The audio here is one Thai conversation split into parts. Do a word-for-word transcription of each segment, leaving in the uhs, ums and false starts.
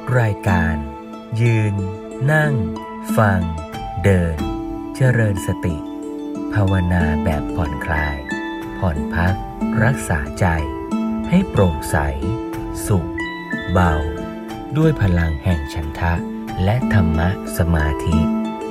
รายการยืนนั่งฟังเดินเจริญสติภาวนาแบบผ่อนคลายผ่อนพักรักษาใจให้โปร่งใสสุขเบาด้วยพลังแห่งฉันทะและธรรมะสมาธิ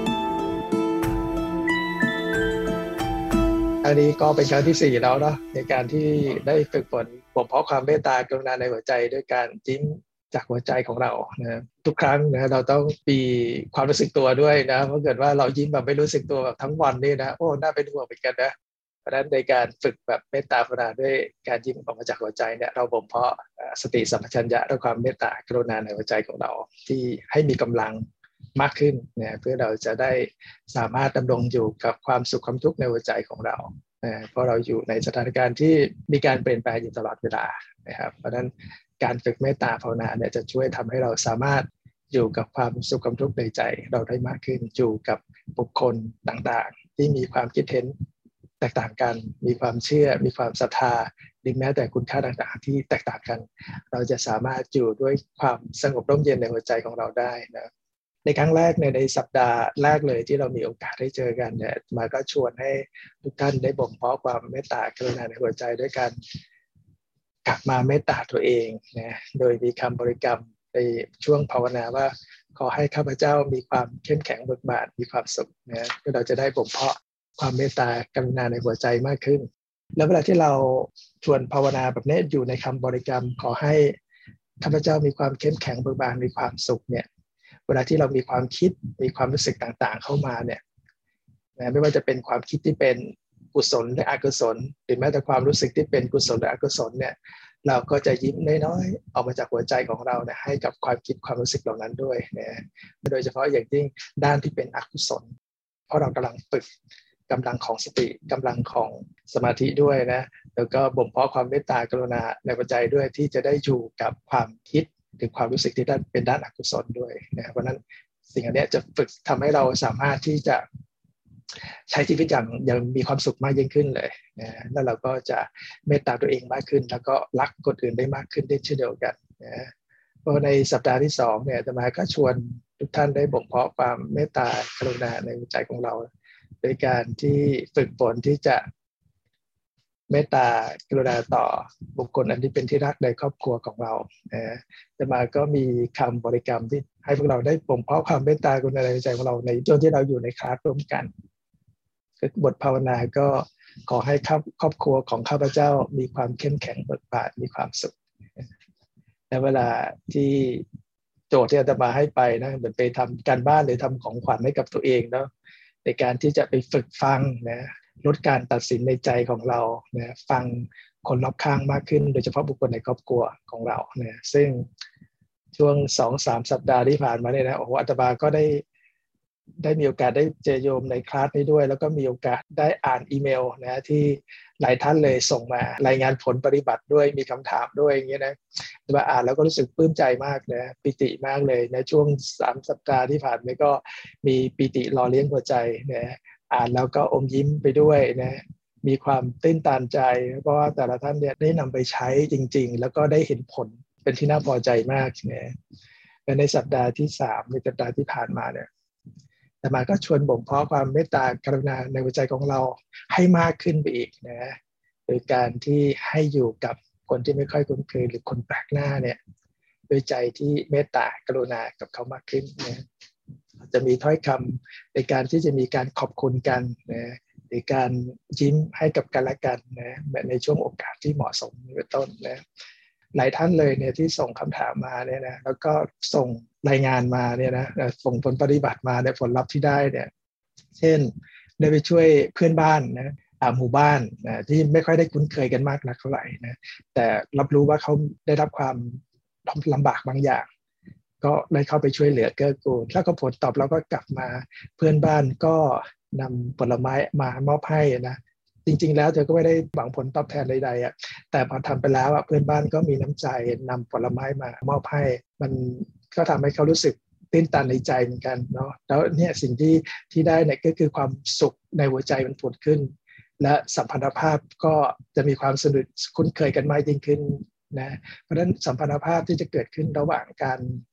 อันนี้ก็เป็นครั้งที่สี่แล้วเนาะในการที่ได้ฝึกฝนบ่มเพาะความเมตตากรุณาในหัวใจด้วยการยิ้มจากหัวใจของเรานะทุกครั้งนะเราต้องมีความรู้สึกตัวด้วยนะเพราะเกิดว่าเรายิ้มแบบไม่รู้สึกตัวแบบทั้งวันนี่นะโอ้น่าเป็นห่วงเหมือนกันนะเพราะฉะนั้นในการฝึกแบบเมตตากรุณาด้วยการยิ้มออกมาจากหัวใจเนี่ยเราบ่มเพาะสติสัมปชัญญะและความเมตตากรุณาในหัวใจของเราที่ให้มีกำลังมากขึ้นนะเพื่อเราจะได้สามารถดำรงอยู่กับความสุขความทุกข์ในหัวใจของเราเพราะเราอยู่ในสถานการณ์ที่มีการเปลี่ยนแปลงอยู่ตลอดเวลานะครับเพราะฉะนั้นการฝึกเมตตาภาวนาเนี่ยจะช่วยทำให้เราสามารถอยู่กับความสุขความทุกข์ในใจเราได้มากขึ้นอยู่กับบุคคลต่างๆที่มีความคิดเห็นแตกต่างกันมีความเชื่อมีความศรัทธาหรือแม้แต่คุณค่าต่างๆที่แตกต่างกันเราจะสามารถอยู่ด้วยความสงบร่มเย็นในหัวใจของเราได้นะในครั้งแรกในในสัปดาห์แรกเลยที่เรามีโอกาสได้เจอกันเนี่ยมาก็ชวนให้ทุกท่านได้บ่มเพาะความเมตตากรุณาในหัวใจด้วยกันกลับมาเมตตาตัวเองนะโดยมีคำบริกรรมในช่วงภาวนาว่าขอให้ข้าพเจ้ามีความเข้มแข็งเบิกบานมีความสุขนะเพื่อเราจะได้บ่มเพาะความเมตตากรุณาในหัวใจมากขึ้นแล้วเวลาที่เราชวนภาวนาแบบนี้อยู่ในคำบริกรรมขอให้ข้าพเจ้ามีความเข้มแข็งเบิกบานมีความสุขเนี่ยเวลาที่เรามีความคิดมีความรู้สึกต่างๆเข้ามาเนี่ยนะไม่ว่าจะเป็นความคิดที่เป็นกุศลหรืออกุศลหรือแม้แต่ความรู้สึกที่เป็นกุศลหรืออกุศลเนี่ยเราก็จะยิ้มน้อยๆออกมาจากหัวใจของเราเนี่ยให้กับความคิดความรู้สึกเหล่านั้นด้วยนะโดยเฉพาะอย่างยิ่งด้านที่เป็นอกุศลเพราะเรากำลังฝึกกำลังของสติกำลังของสมาธิด้วยนะแล้วก็บ่มเพาะความเมตตากรุณาในหัวใจด้วยที่จะได้อยู่กับความคิดถึงความรู้สึกที่ด้านเป็นด้านอกุศลด้วยนะเพราะนั้นสิ่งอันนี้จะฝึกทำให้เราสามารถที่จะใช้ชีวิตอย่างยังมีความสุขมากยิ่งขึ้นเลยนะแล้วเราก็จะเมตตาตัวเองมากขึ้นแล้วก็รักคนอื่นได้มากขึ้นได้เช่นเดียวกันนะเพราะในสัปดาห์ที่สองเนี่ยอาตมาก็ชวนทุกท่านได้บ่มเพาะความเมตตากรุณาในใจของเราโดยการที่ฝึกฝนที่จะเมตตากรุณาต่อบุคคลอันที่เป็นที่รักในครอบครัวของเรานะอาตมาก็มีคำบริกรรมที่ให้พวกเราได้บ่มเพาะความเมตตากรุณาในใจของเราในช่วงที่เราอยู่ในคลาสร่วมกันบทภาวนาก็ขอให้ครอบครัวของข้าพเจ้ามีความเข้มแข็งเบิกบานมีความสุขในเวลาที่โจทย์ที่อาตมาให้ไปนะเหมือนไปทำการบ้านหรือทำของขวัญให้กับตัวเองเนาะในการที่จะไปฝึกฟังนะลดการตัดสินในใจของเรานะฟังคนรอบข้างมากขึ้นโดยเฉพาะบุคคลในครอบครัวของเรานะซึ่งช่วง สองถึงสาม สัปดาห์ที่ผ่านมาเนี่ยนะโอ้โหอาตมาก็ได้ได้มีโอกาสได้เจอโยมในคลาสนี้ด้วยแล้วก็มีโอกาสได้อ่านอีเมลนะที่หลายท่านเลยส่งมารายงานผลปฏิบัติด้วยมีคำถามด้วยอย่างเงี้ยนะแต่ว่าอ่านแล้วก็รู้สึกปลื้มใจมากนะปิติมากเลยในช่วงสามสัปดาห์ที่ผ่านมาก็มีปิติหล่อเลี้ยงหัวใจนะอ่านแล้วก็อมยิ้มไปด้วยนะมีความตื้นตันใจเพราะว่าแต่ละท่านเนี่ยได้นำไปใช้จริงๆแล้วก็ได้เห็นผลเป็นที่น่าพอใจมากนะและในสัปดาห์ที่สามในสัปดาห์ที่ผ่านมาเนี่ยแต่มาก็ชวนบ่มเพาะความเมตตากรุณาในหัวใจของเราให้มากขึ้นไปอีกนะโดยการที่ให้อยู่กับคนที่ไม่ค่อยคุ้นเคยหรือคนแปลกหน้าเนี่ยโดยใจที่เมตตากรุณากับเขามากขึ้นนะจะมีถ้อยคำในการที่จะมีการขอบคุณกันนะหรือการยิ้มให้กับกันและกันนะในช่วงโอกาสที่เหมาะสมเป็นต้นนะหลายท่านเลยเนี่ยที่ส่งคำถามมาเนี่ยนะแล้วก็ส่งรายงานมาเนี่ยนะส่งผลปฏิบัติมาในผลลัพธ์ที่ได้เนี่ยเช่นได้ไปช่วยเพื่อนบ้านนะหมู่บ้านนะที่ไม่ค่อยได้คุ้นเคยกันมากนักเท่าไหร่นะแต่รับรู้ว่าเขาได้รับความลำบากบางอย่างก็ได้เข้าไปช่วยเหลือเกื้อกูลแล้วก็ผลตอบเราก็กลับมาเพื่อนบ้านก็นำผลไม้มามอบให้นะจริงๆแล้วเธอก็ไม่ได้หวังผลตอบแทนใดๆอ่ะแต่พอทำไปแล้วอ่ะเพื่อนบ้านก็มีน้ำใจนำผลไม้มามอบให้มันก็ทำให้เขารู้สึกตื้นตันในใจเหมือนกันเนาะแล้วเนี่ยสิ่งที่ที่ได้เนี่ยก็คือความสุขในหัวใจมันผุดขึ้นและสัมพันธภาพก็จะมีความสนิทคุ้นเคยกันมากยิ่งขึ้นนะเพราะฉะนั้นสัมพันธภาพที่จะเกิดขึ้นระหว่างการ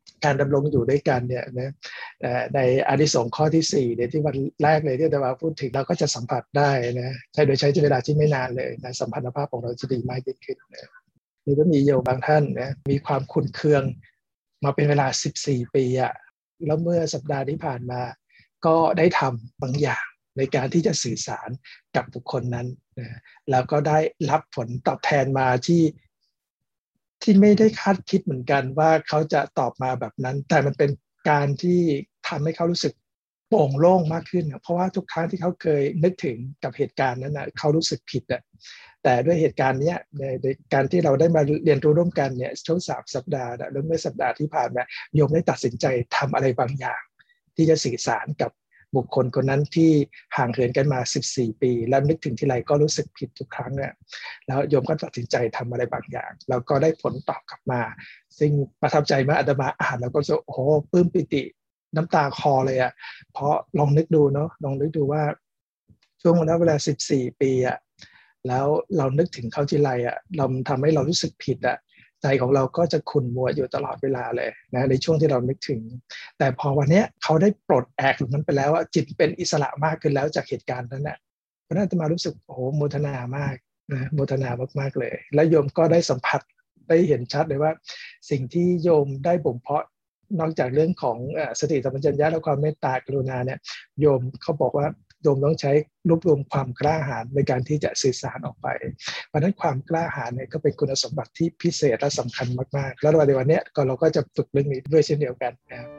การดำรงอยู่ด้วยกันเนี่ยนะในอานิสงส์ข้อที่สี่เนี่ยที่วันแรกเลยที่อาจารย์พูดถึงเราก็จะสัมผัสได้นะใช้โดยใช้เวลาที่ไม่นานเลยนะสัมพันธภาพของเราจะดีมากยิ่งขึ้นนะนี่ก็มีโยมบางท่านนะมีความขุ่นเคืองมาเป็นเวลาสิบสี่ปีอะแล้วเมื่อสัปดาห์ที่ผ่านมาก็ได้ทำบางอย่างในการที่จะสื่อสารกับบุคคลนั้นนะแล้วก็ได้รับผลตอบแทนมาที่ที่ไม่ได้คาดคิดเหมือนกันว่าเขาจะตอบมาแบบนั้นแต่มันเป็นการที่ทำให้เขารู้สึกโปร่งโล่งมากขึ้นเพราะว่าทุกครั้งที่เขาเคยนึกถึงกับเหตุการณ์นั้นนะเขารู้สึกผิดอะแต่ด้วยเหตุการณ์นี้ในการที่เราได้มาเรียนรู้ร่วมกันเนี่ยช่วงสามสัปดาห์แล้วเมื่อสัปดาห์ที่ผ่านมาโยมได้ตัดสินใจทำอะไรบางอย่างที่จะสื่อสารกับบุคคลคนนั้นที่ห่างเหินกันมาสิบสี่ปีแล้วนึกถึงทีไรก็รู้สึกผิดทุกครั้งเนี่ยแล้วโยมก็ตัดสินใจทำอะไรบางอย่างแล้วก็ได้ผลตอบกลับมาซึ่งประทับใจมากอาตมาอ่านแล้วก็จะโอ้โหปลื้มปิติน้ำตาคลอเลยอ่ะเพราะลองนึกดูเนาะลองนึกดูว่าช่วงเวลาสิบสี่ปีอ่ะแล้วเรานึกถึงเขาทีไรอ่ะเราทำให้เรารู้สึกผิดอ่ะใจของเราก็จะขุ่นมัวอยู่ตลอดเวลาเลยนะในช่วงที่เรานึกถึงแต่พอวันนี้เขาได้ปลดแอกหรือมันไปแล้วอ่ะจิตเป็นอิสระมากขึ้นแล้วจากเหตุการณ์นั้นน่ะเพราะนั้นอาตมารู้สึกโอ้โหโมทนามากนะโมทนามากๆเลยและโยมก็ได้สัมผัสได้เห็นชัดเลยว่าสิ่งที่โยมได้บ่มเพาะนอกจากเรื่องของสติสัมปชัญญะและความเมตตากรุณาเนี่ยโยมเขาบอกว่าโยมต้องใช้รวบรวมความกล้าหาญในการที่จะสื่อสารออกไปเพราะนั้นความกล้าหาญเนี่ยก็เป็นคุณสมบัติที่พิเศษและสำคัญมากๆแล้วในวันนี้ก็เราก็จะฝึกเรื่องนี้ด้วยเช่นเดียวกันนะครับ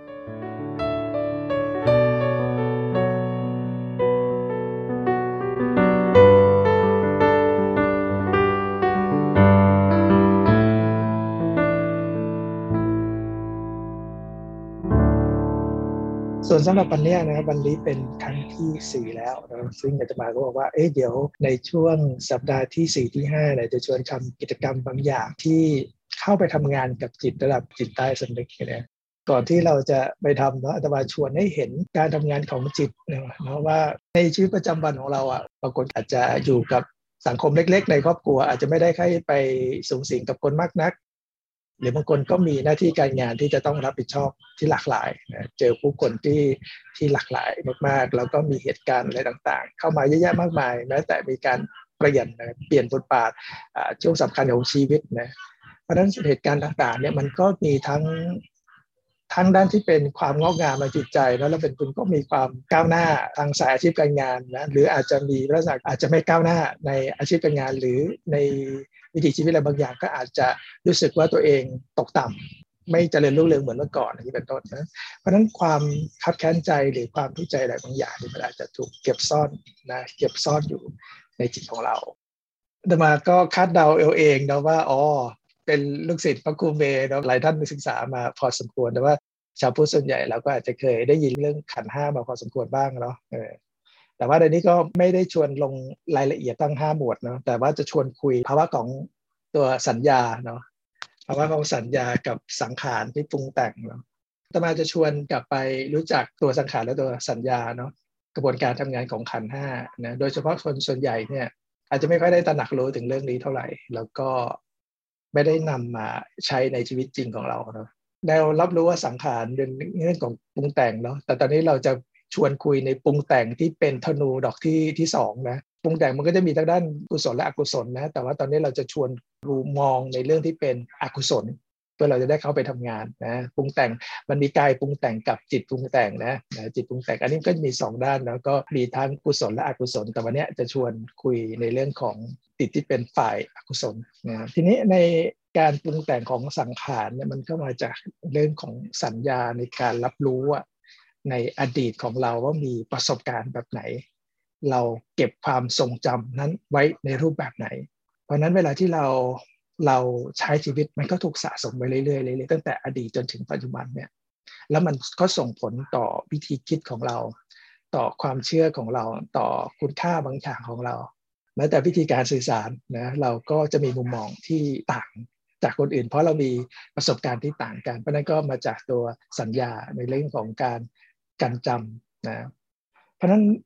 ส่วนสำหรับวันนี้นะครับวันนี้เป็นครั้งที่สี่แล้วนะซึ่งอาจารย์ก็บอกว่าเอ๊ะเดี๋ยวในช่วงสัปดาห์ที่สี่ที่ห้าเนี่ยจะชวนทำกิจกรรมบางอย่างที่เข้าไปทำงานกับจิตระดับจิตใต้สำนึกเนี่ยก่อนที่เราจะไปทำเนาะอาจารย์ชวนให้เห็นการทำงานของจิตเนาะว่าในชีวิตประจำวันของเราอ่ะบางคนอาจจะอยู่กับสังคมเล็กๆในครอบครัวอาจจะไม่ได้ค่อยไปสูงสิงกับคนมากนักหรือบางคนก็มีหน้าที่การงานที่จะต้องรับผิดชอบที่หลากหลายนะเจอผู้คนที่ที่หลากหลายมากๆแล้วก็มีเหตุการณ์อะไรต่างๆเข้ามาเยอะแยะมากมายแม้แต่มีการเปลี่ยนนะเปลี่ยนบทบาทช่วงสำคัญของชีวิตนะเพราะฉะนั้นเหตุการณ์ต่างๆเนี่ยมันก็มีทั้งทั้งด้านที่เป็นความงอกงามในจิตใจแล้วแล้วเป็นคุณก็มีความก้าวหน้าทางสายอาชีพการงานนะหรืออาจจะมีลักษณะอาจจะไม่ก้าวหน้าในอาชีพการงานหรือในวิถีชีวิตอะไรบางอย่างก็อาจจะรู้สึกว่าตัวเองตกต่ำไม่เจริญรุ่งเรืองเหมือนเมื่อก่อนอย่างนี้เป็นต้นนะเพราะฉะนั้นความคับแค้นใจหรือความทุกข์ใจอะไรบางอย่างที่มันอาจจะถูกเก็บซ่อนนะเก็บซ่อนอยู่ในจิตของเราแต่มาก็คาดเดาเอเองนะว่าอ๋อเป็นลูกศิษย์พระครูเมย์นะหลายท่านศึกษามาพอสมควรแต่ว่าชาวพุทธส่วนใหญ่เราก็อาจจะเคยได้ยินเรื่องขันธ์ห้ามาพอสมควรบ้างเนาะเออแต่ว่าในนี้ก็ไม่ได้ชวนลงรายละเอียดตั้งห้าหมวดเนาะแต่ว่าจะชวนคุยภาวะของตัวสัญญาเนาะภาวะของสัญญากับสังขารที่ปรุงแต่งเนาะอาตมาจะชวนกลับไปรู้จักตัวสังขารและตัวสัญญาเนาะกระบวนการทำงานของขันธ์ห้านะโดยเฉพาะคนส่วนใหญ่เนี่ยอาจจะไม่ค่อยได้ตระหนักรู้ถึงเรื่องนี้เท่าไหร่แล้วก็ไม่ได้นำมาใช้ในชีวิตจริงของเราเนาะเรารับรู้ว่าสังขารเป็นเรื่องของปรุงแต่งเนาะแต่ตอนนี้เราจะชวนคุยในปรุงแต่งที่เป็นธนูดอกที่ที่สองนะปรุงแต่งมันก็จะมีทั้งด้านกุศลและอกุศลนะแต่ว่าตอนนี้เราจะชวนดูมองในเรื่องที่เป็นอกุศลเพื่อเราจะได้เข้าไปทำงานนะปรุงแต่งมันมีกายปรุงแต่งกับจิตปรุงแต่งนะจิตปรุงแต่งอันนี้ก็มีสองด้านแล้วก็มีทั้งกุศลและอกุศลแต่วันนี้จะชวนคุยในเรื่องของจิตที่เป็นฝ่ายอกุศลนะทีนี้ในการปรุงแต่งของสังขารเนี่ยมันก็มาจากเรื่องของสัญญาในการรับรู้ว่าในอดีตของเราว่ามีประสบการณ์แบบไหนเราเก็บความทรงจำนั้นไว้ในรูปแบบไหนเพราะนั้นเวลาที่เราเราใช้ชีวิตมันก็ถูกสะสมไปเรื่อยๆเรื่อยๆตั้งแต่อดีตจนถึงปัจจุบันเนี่ยแล้วมันก็ส่งผลต่อวิธีคิดของเราต่อความเชื่อของเราต่อคุณค่าบางอย่างของเราแม้แต่วิธีการสื่อสารนะเราก็จะมีมุมมองที่ต่างจากคนอื่นเพราะเรามีประสบการณ์ที่ต่างกันเพราะนั้นก็มาจากตัวสัญญาในเรื่องของการการจำนะเพราะนั้น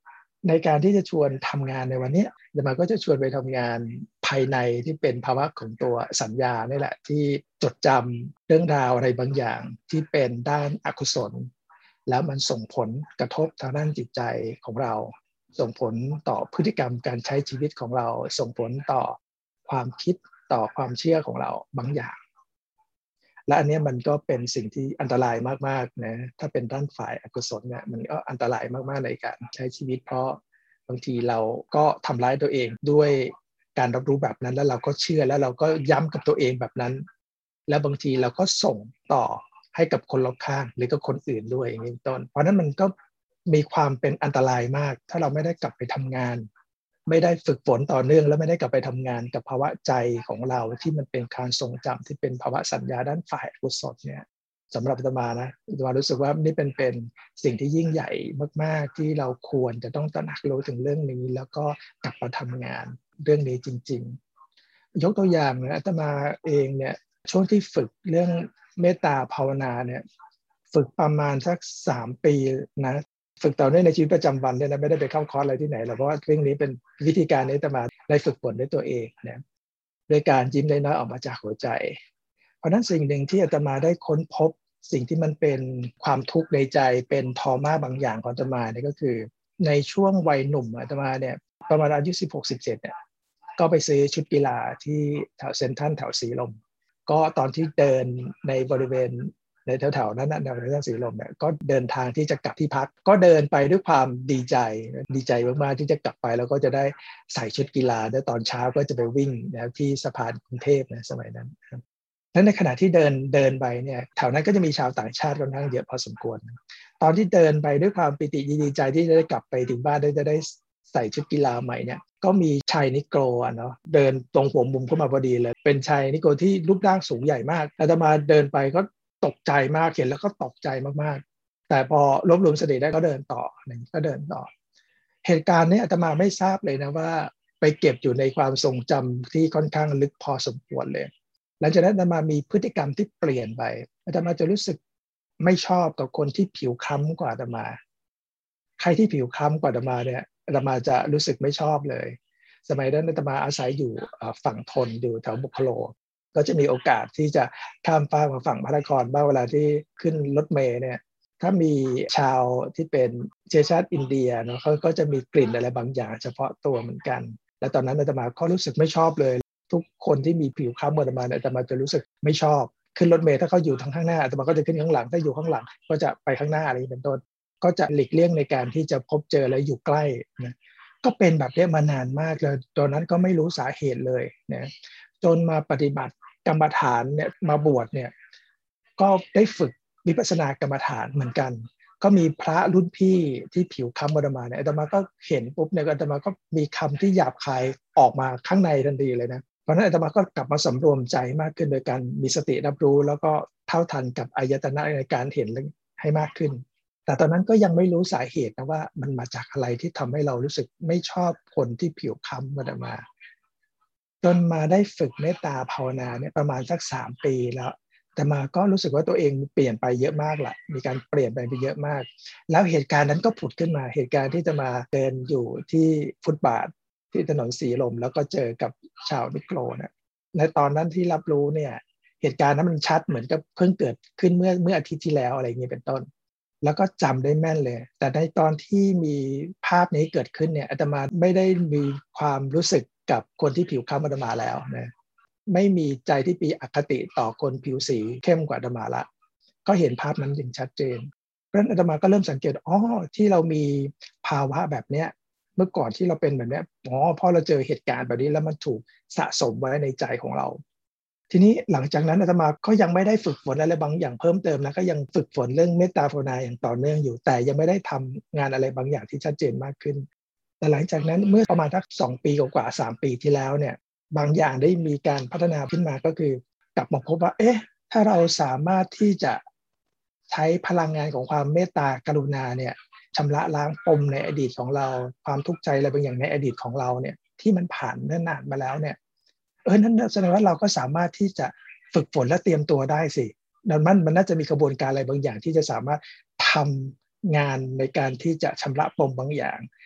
ในการที่จะชวนทำงานในวันนี้อาตมาก็จะชวนไปทำงานภายในที่เป็นภาวะของตัวสัญญานี่แหละที่จดจำเรื่องราวอะไรบางอย่างที่เป็นด้านอกุศลแล้วมันส่งผลกระทบทางด้านจิตใจของเราส่งผลต่อพฤติกรรมการใช้ชีวิตของเราส่งผลต่อความคิดต่อความเชื่อของเราบางอย่างและอันนี้มันก็เป็นสิ่งที่อันตรายมากๆนะถ้าเป็นด้านฝ่ายอกุศลเนี่ยมันก็อันตรายมากๆในการใช้ชีวิตเพราะบางทีเราก็ทำร้ายตัวเองด้วยการรับรู้แบบนั้นแล้วเราก็เชื่อแล้วเราก็ย้ำกับตัวเองแบบนั้นแล้วบางทีเราก็ส่งต่อให้กับคนรอบข้างหรือกับคนอื่นด้วยอย่างนี้เป็นต้นเพราะนั้นมันก็มีความเป็นอันตรายมากถ้าเราไม่ได้กลับไปทำงานไม่ได้ฝึกฝนต่อเนื่องแล้วไม่ได้กลับไปทำงานกับภาวะใจของเราที่มันเป็นการทรงจำที่เป็นภาวะสัญญาด้านฝ่ายอกุศลเนี่ยสำหรับอาตมานะอาตมารู้สึกว่านี่เป็นเป็นสิ่งที่ยิ่งใหญ่มากๆที่เราควรจะต้องตระหนักรู้ถึงเรื่องนี้แล้วก็กลับมาทำงานเรื่องนี้จริงๆยกตัวอย่างนะอาตมาเองเนี่ยช่วงที่ฝึกเรื่องเมตตาภาวนาเนี่ยฝึกประมาณสักสามปีนะฝึกต่อเนื่องในชีวิตประจำวันเนี่ยนะไม่ได้ไปเข้าคอร์สอะไรที่ไหนหรอกเพราะว่าเรื่องนี้เป็นวิธีการนี้อาตมาได้ฝึกฝนด้วยตัวเองนะด้วยการยิ้มน้อยๆออกมาจากหัวใจเพราะนั้นสิ่งหนึ่งที่อาตมาได้ค้นพบสิ่งที่มันเป็นความทุกข์ในใจเป็นทอม่าบางอย่างของอาตมาเนี่ยก็คือในช่วงวัยหนุ่มอาตมาเนี่ยประมาณอายุสิบหก สิบเจ็ดเนี่ยก็ไปซื้อชุดกีฬาที่แถวเซ็นทรัลแถวสีลมก็ตอนที่เดินในบริเวณในแถวๆนั้นนะแถวๆสีลมเนี่ยก็เดินทางที่จะกลับที่พักก็เดินไปด้วยความดีใจดีใจมากๆที่จะกลับไปแล้วก็จะได้ใส่ชุดกีฬาแล้วตอนเช้าก็จะไปวิ่งนะที่สะพานกรุงเทพนะสมัยนั้นและในขณะที่เดินเดินไปเนี่ยแถวนั้นก็จะมีชาวต่างชาติค่อนข้างเยอะพอสมควรตอนที่เดินไปด้วยความปิติดีใจที่จะได้กลับไปถึงบ้านได้จะได้ใส่ชุดกีฬาใหม่เนี่ยก็มีชายนิโกรอ่ะเนาะเดินตรงหัวมุมเข้ามาพอดีเลยเป็นชายนิโกรที่รูปร่างสูงใหญ่มากอาตมาเดินไปก็ตกใจมากเห็นแล้วก็ตกใจมากๆแต่พอรวบรวมสติได้ก็เดินต่อก็เดินต่อเหตุการณ์นี้อาตมาไม่ทราบเลยนะว่าไปเก็บอยู่ในความทรงจำที่ค่อนข้างลึกพอสมควรเลยหลังจากนั้นอาตมามีพฤติกรรมที่เปลี่ยนไปอาตมาจะรู้สึกไม่ชอบกับคนที่ผิวคล้ำกว่าอาตมาใครที่ผิวคล้ำกว่าอาตมาเนี่ยอาตมาจะรู้สึกไม่ชอบเลยสมัยนั้นอาตมาอาศัยอยู่ฝั่งทนอยู่แถวบุคโลก็จะมีโอกาสที่จะข้ามฟากมาฝั่งพระนครบ้างเวลาที่ขึ้นรถเมล์เนี่ยถ้ามีชาวที่เป็นเชื้อชาติอินเดียเนาะเขาก็จะมีกลิ่นอะไรบางอย่างเฉพาะตัวเหมือนกันและตอนนั้นอาตมาก็รู้สึกไม่ชอบเลยทุกคนที่มีผิวคล้ำเหมือนอาตมาอาตมาจะรู้สึกไม่ชอบขึ้นรถเมล์ถ้าเขาอยู่ทางข้างหน้าอาตมาก็จะขึ้นข้างหลังถ้าอยู่ข้างหลังก็จะไปข้างหน้าอะไรเป็นต้นก็จะหลีกเลี่ยงในการที่จะพบเจอและอยู่ใกล้นะก็เป็นแบบนี้มานานมากเลยตอนนั้นก็ไม่รู้สาเหตุเลยนะจนมาปฏิบัติกรรมฐานเนี่ยมาบวชเนี่ยก็ได้ฝึกวิปัสสนากรรมฐานเหมือนกันก็มีพระรุ่นพี่ที่ผิวคล้ำอาตมาเนี่ยอาตมาก็เห็นปุ๊บเนี่ยอาตมาก็มีคำที่หยาบคายออกมาข้างในทันทีเลยนะเพราะนั้นอาตมาก็กลับมาสำรวมใจมากขึ้นโดยการมีสติรับรู้แล้วก็เท่าทันกับอายตนะในการเห็นให้มากขึ้นแต่ตอนนั้นก็ยังไม่รู้สาเหตุนะว่ามันมาจากอะไรที่ทำให้เรารู้สึกไม่ชอบคนที่ผิวคล้ำอาตมาจนมาได้ฝึกเมตตาภาวนาเนี่ยประมาณสักสามปีแล้วแต่มาก็รู้สึกว่าตัวเองเปลี่ยนไปเยอะมากละมีการเปลี่ยนไปไปเยอะมากแล้วเหตุการณ์นั้นก็ผุดขึ้นมาเหตุการณ์ที่จะมาเดินอยู่ที่ฟุตบาทที่ถนนสีลมแล้วก็เจอกับชาวนิโกรนะในตอนนั้นที่รับรู้เนี่ยเหตุการณ์นั้นมันชัดเหมือนกับเพิ่งเกิดขึ้นเมื่อเมื่ออาทิตย์ที่แล้วอะไรอย่างนี้เป็นต้นแล้วก็จำได้แม่นเลยแต่ในตอนที่มีภาพนี้เกิดขึ้นเนี่ยอาตมาไม่ได้มีความรู้สึกกับคนที่ผิวคล้ำอาตมาแล้วนะไม่มีใจที่มีอคติต่อคนผิวสีเข้มกว่าอาตมาละก็เห็นภาพนั้นอย่างชัดเจนเพราะฉะนั้นอาตมาก็เริ่มสังเกตอ๋อที่เรามีภาวะแบบเนี้ยเมื่อก่อนที่เราเป็นแบบเนี้ยอ๋อพอเราเจอเหตุการณ์แบบนี้แล้วมันถูกสะสมไว้ในใจของเราทีนี้หลังจากนั้นอาตมาก็ยังไม่ได้ฝึกฝนอะไรบางอย่างเพิ่มเติมนะก็ยังฝึกฝนเรื่องเมตตาภาวนาอย่างต่อเนื่องอยู่แต่ยังไม่ได้ทำงานอะไรบางอย่างที่ชัดเจนมากขึ้นแต่หลังจากนั้นเมื่อประมาณสักสองปีกว่าๆสามปีที่แล้วเนี่ยบางอย่างได้มีการพัฒนาขึ้นมาก็คือกลับมาพบว่าเอ๊ะถ้าเราสามารถที่จะใช้พลังงานของความเมตตากรุณาเนี่ยชำระล้างปมในอดีตของเราความทุกข์ใจอะไรบางอย่างในอดีตของเราเนี่ยที่มันผ่านเนิ่นนานมาแล้วเนี่ยเออนั่นแสดงว่าเราก็สามารถที่จะฝึกฝนและเตรียมตัวได้สิดังนั้นมันน่าจะมีกระบวนการอะไรบางอย่างที่จะสามารถทำงานในการที่จะชำระปมบางอย่าง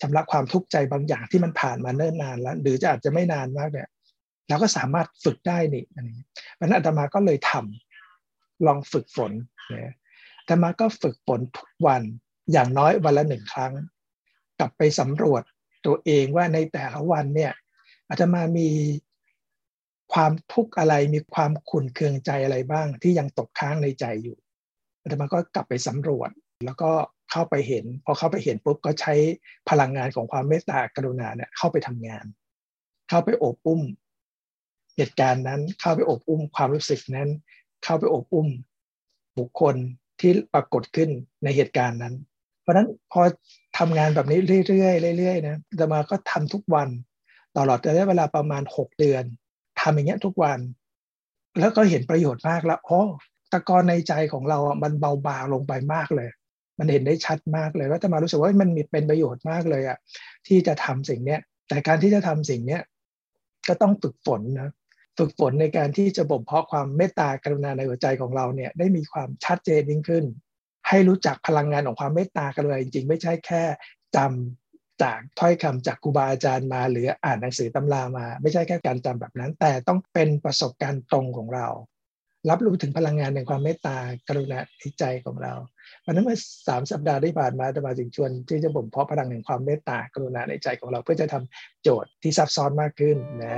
ชำระความทุกข์ใจบางอย่างที่มันผ่านมาเนิ่นนานแล้วหรือจะอาจจะไม่นานมากเนี่ยเราก็สามารถฝึกได้นี่อันนี้เพราะนั้นอาตมาก็เลยทำลองฝึกฝนนะอาตมาก็ฝึกฝนทุกวันอย่างน้อยวันละหนึ่งครั้งกลับไปสำรวจตัวเองว่าในแต่ละวันเนี่ยอาตมามีความทุกข์อะไรมีความขุ่นเคืองใจอะไรบ้างที่ยังตกค้างในใจอยู่อาตมาก็กลับไปสำรวจแล้วก็เข้าไปเห็นพอเข้าไปเห็นปุ๊บก็ใช้พลังงานของความเมตตากรุณาเนี่ยเข้าไปทำงานเข้าไปโอบอุ้มเหตุการณ์นั้นเข้าไปโอบอุ้มความรู้สึกนั้นเข้าไปโอบอุ้มบุคคลที่ปรากฏขึ้นในเหตุการณ์นั้นเพราะฉะนั้นพอทำงานแบบนี้เรื่อยๆเรื่อยๆนะอาตมาก็ทำทุกวันตลอดระยะเวลาประมาณหกเดือนทำอย่างเงี้ยทุกวันแล้วก็เห็นประโยชน์มากแล้วอ๋อตะกอนในใจของเราอ่ะมันเบาบางลงไปมากเลยมันเห็นได้ชัดมากเลยแล้วอาตมารู้สึกว่ามันมีเป็นประโยชน์มากเลยอ่ะที่จะทำสิ่งเนี้ยแต่การที่จะทำสิ่งเนี้ยก็ต้องฝึกฝนนะฝึกฝนในการที่จะบ่มเพาะความเมตตากรุณาในหัวใจของเราเนี่ยได้มีความชัดเจนยิ่งขึ้นให้รู้จักพลังงานของความเมตตากรุณาจริงๆไม่ใช่แค่จำจากถ้อยคำจากครูบาอาจารย์มาหรืออ่านหนังสือตำรามาไม่ใช่แค่การจำแบบนั้นแต่ต้องเป็นประสบการณ์ตรงของเรารับรู้ถึงพลังงานในความเมตตากรุณาในใจของเราเพราะนั้นเมื่อสามสัปดาห์ที่ผ่านมาอาตมาจึงชวนที่จะบ่มเพาะพลังแห่งความเมตตากรุณาในใจของเราเพื่อจะทำโจทย์ที่ซับซ้อนมากขึ้นนะ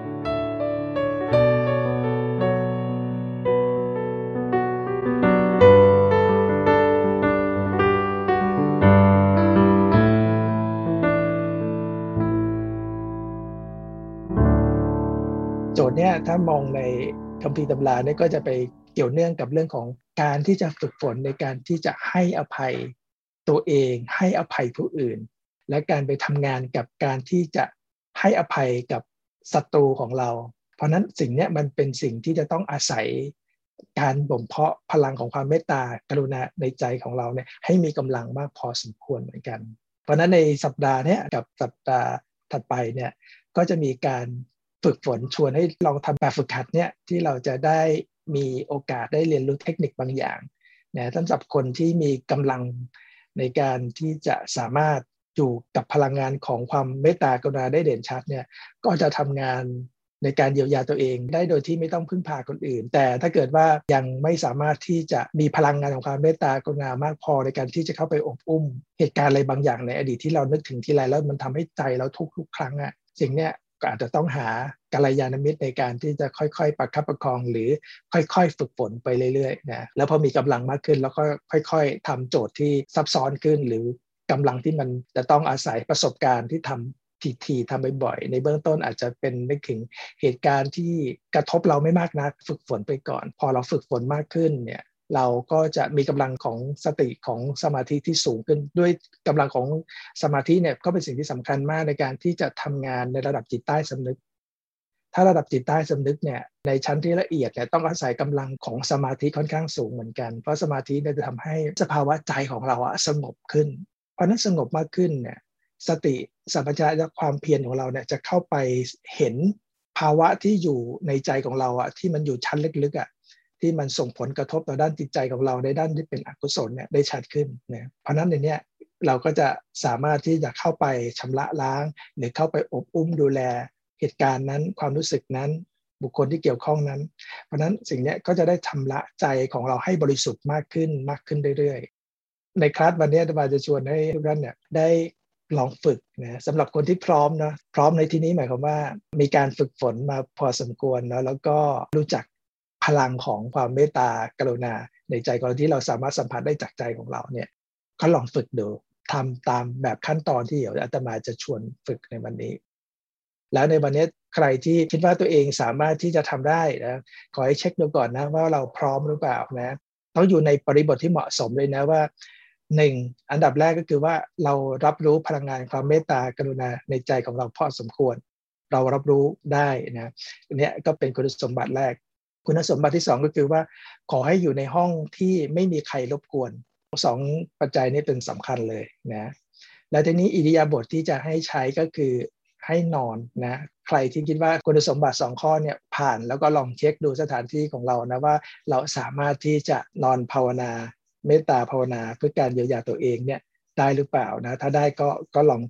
โจทย์เนี้ยถ้ามองในคัมภีร์ตำราเนี่ยก็จะไปเกี่ยวเนื่องกับเรื่องของการที่จะฝึกฝนในการที่จะให้อภัยตัวเองให้อภัยผู้อื่นและการไปทำงานกับการที่จะให้อภัยกับศัตรูของเราเพราะนั้นสิ่งนี้มันเป็นสิ่งที่จะต้องอาศัยการบ่มเพาะพลังของความเมตตากรุณาในใจของเราเนี่ยให้มีกำลังมากพอสมควรเหมือนกันเพราะนั้นในสัปดาห์นี้กับสัปดาห์ถัดไปเนี่ยก็จะมีการฝึกฝนชวนให้ลองทำแบบฝึกหัดเนี่ยที่เราจะได้มีโอกาสได้เรียนรู้เทคนิคบางอย่างนะสำหรับคนที่มีกำลังในการที่จะสามารถอยู่กับพลังงานของความเมตตากรุณาได้เด่นชัดเนี่ยก็จะทำงานในการเยียวยาตัวเองได้โดยที่ไม่ต้องพึ่งพาคนอื่นแต่ถ้าเกิดว่ายังไม่สามารถที่จะมีพลังงานของความเมตตากรุณามากพอในการที่จะเข้าไปอบอุ้มเหตุการณ์อะไรบางอย่างในอดีตที่เรานึกถึงทีไรแล้วมันทำให้ใจเราทุกทุกครั้งอะสิ่งเนี้ยก็อาจจะต้องหากัลยาณมิตรในการที่จะค่อยๆประคับประคองหรือค่อยๆฝึกฝนไปเรื่อยๆนะแล้วพอมีกำลังมากขึ้นแล้วก็ค่อยๆทำโจทย์ที่ซับซ้อนขึ้นหรือกำลังที่มันจะต้องอาศัยประสบการณ์ที่ทำทีๆทำบ่อยๆในเบื้องต้นอาจจะเป็นนึกถึงเหตุการณ์ที่กระทบเราไม่มากนักฝึกฝนไปก่อนพอเราฝึกฝนมากขึ้นเนี่ยเราก็จะมีกำลังของสติของสมาธิที่สูงขึ้นด้วยกำลังของสมาธิเนี่ยก็เป็นสิ่งที่สำคัญมากในการที่จะทำงานในระดับจิตใต้สำนึกถ้าระดับจิตใต้สำนึกเนี่ยในชั้นที่ละเอียดเนี่ยต้องอาศัยกำลังของสมาธิค่อนข้างสูงเหมือนกันเพราะสมาธิเนี่ยจะทำให้สภาวะใจของเราอะสงบขึ้นเพราะนั้นสงบมากขึ้นเนี่ยสติสัมปชัญญะความเพียรของเราเนี่ยจะเข้าไปเห็นภาวะที่อยู่ในใจของเราอะที่มันอยู่ชั้นลึกๆอะที่มันส่งผลกระทบต่อด้านจิตใจของเราในด้านที่เป็นอกุศลเนี่ยได้ชัดขึ้นนะเพราะนั้นในเนี้ยเราก็จะสามารถที่จะเข้าไปชำระล้างหรือเข้าไปอบอุ้มดูแลเหตุการณ์นั้นความรู้สึกนั้นบุคคลที่เกี่ยวข้องนั้นเพราะนั้นสิ่งนี้ก็จะได้ชำระใจของเราให้บริสุทธิ์มากขึ้นมากขึ้นเรื่อยๆในคลาสวันนี้อาจารย์จะชวนให้ทุกท่านเนี่ยได้ลองฝึกนะสำหรับคนที่พร้อมนะพร้อมในที่นี้หมายความว่ามีการฝึกฝนมาพอสมควรนะแล้วก็รู้จักพลังของความเมตตากรุณาในใจของเราที่เราสามารถสัมผัสได้จากใจของเราเนี่ยก็ลองฝึกดูทำตามแบบขั้นตอนที่เดี๋ยวอาตมาจะชวนฝึกในวันนี้แล้วในวันนี้ใครที่คิดว่าตัวเองสามารถที่จะทำได้นะขอให้เช็คดูก่อนนะว่าเราพร้อมหรือเปล่านะต้องอยู่ในบริบทที่เหมาะสมเลยนะว่าหนึ่งอันดับแรกก็คือว่าเรารับรู้พลังงานความเมตตากรุณาในใจของเราพอสมควรเรารับรู้ได้นะอันนี้ก็เป็นคุณสมบัติแรกคุณสมบัติที่สองก็คือว่าขอให้อยู่ในห้องที่ไม่มีใครรบกวนสองปัจจัยนี้เป็นสำคัญเลยนะแล้วทีนี้อิริยาบถที่จะให้ใช้ก็คือให้นอนนะใครที่คิดว่าคุณสมบัติสองข้อเนี่ยผ่านแล้วก็ลองเช็คดูสถานที่ของเรานะว่าเราสามารถที่จะนอนภาวนาเมตตาภาวนาเพื่อการเยียวยาตัวเองเนี่ยได้หรือเปล่านะถ้าได้ก็ก็ลองจัด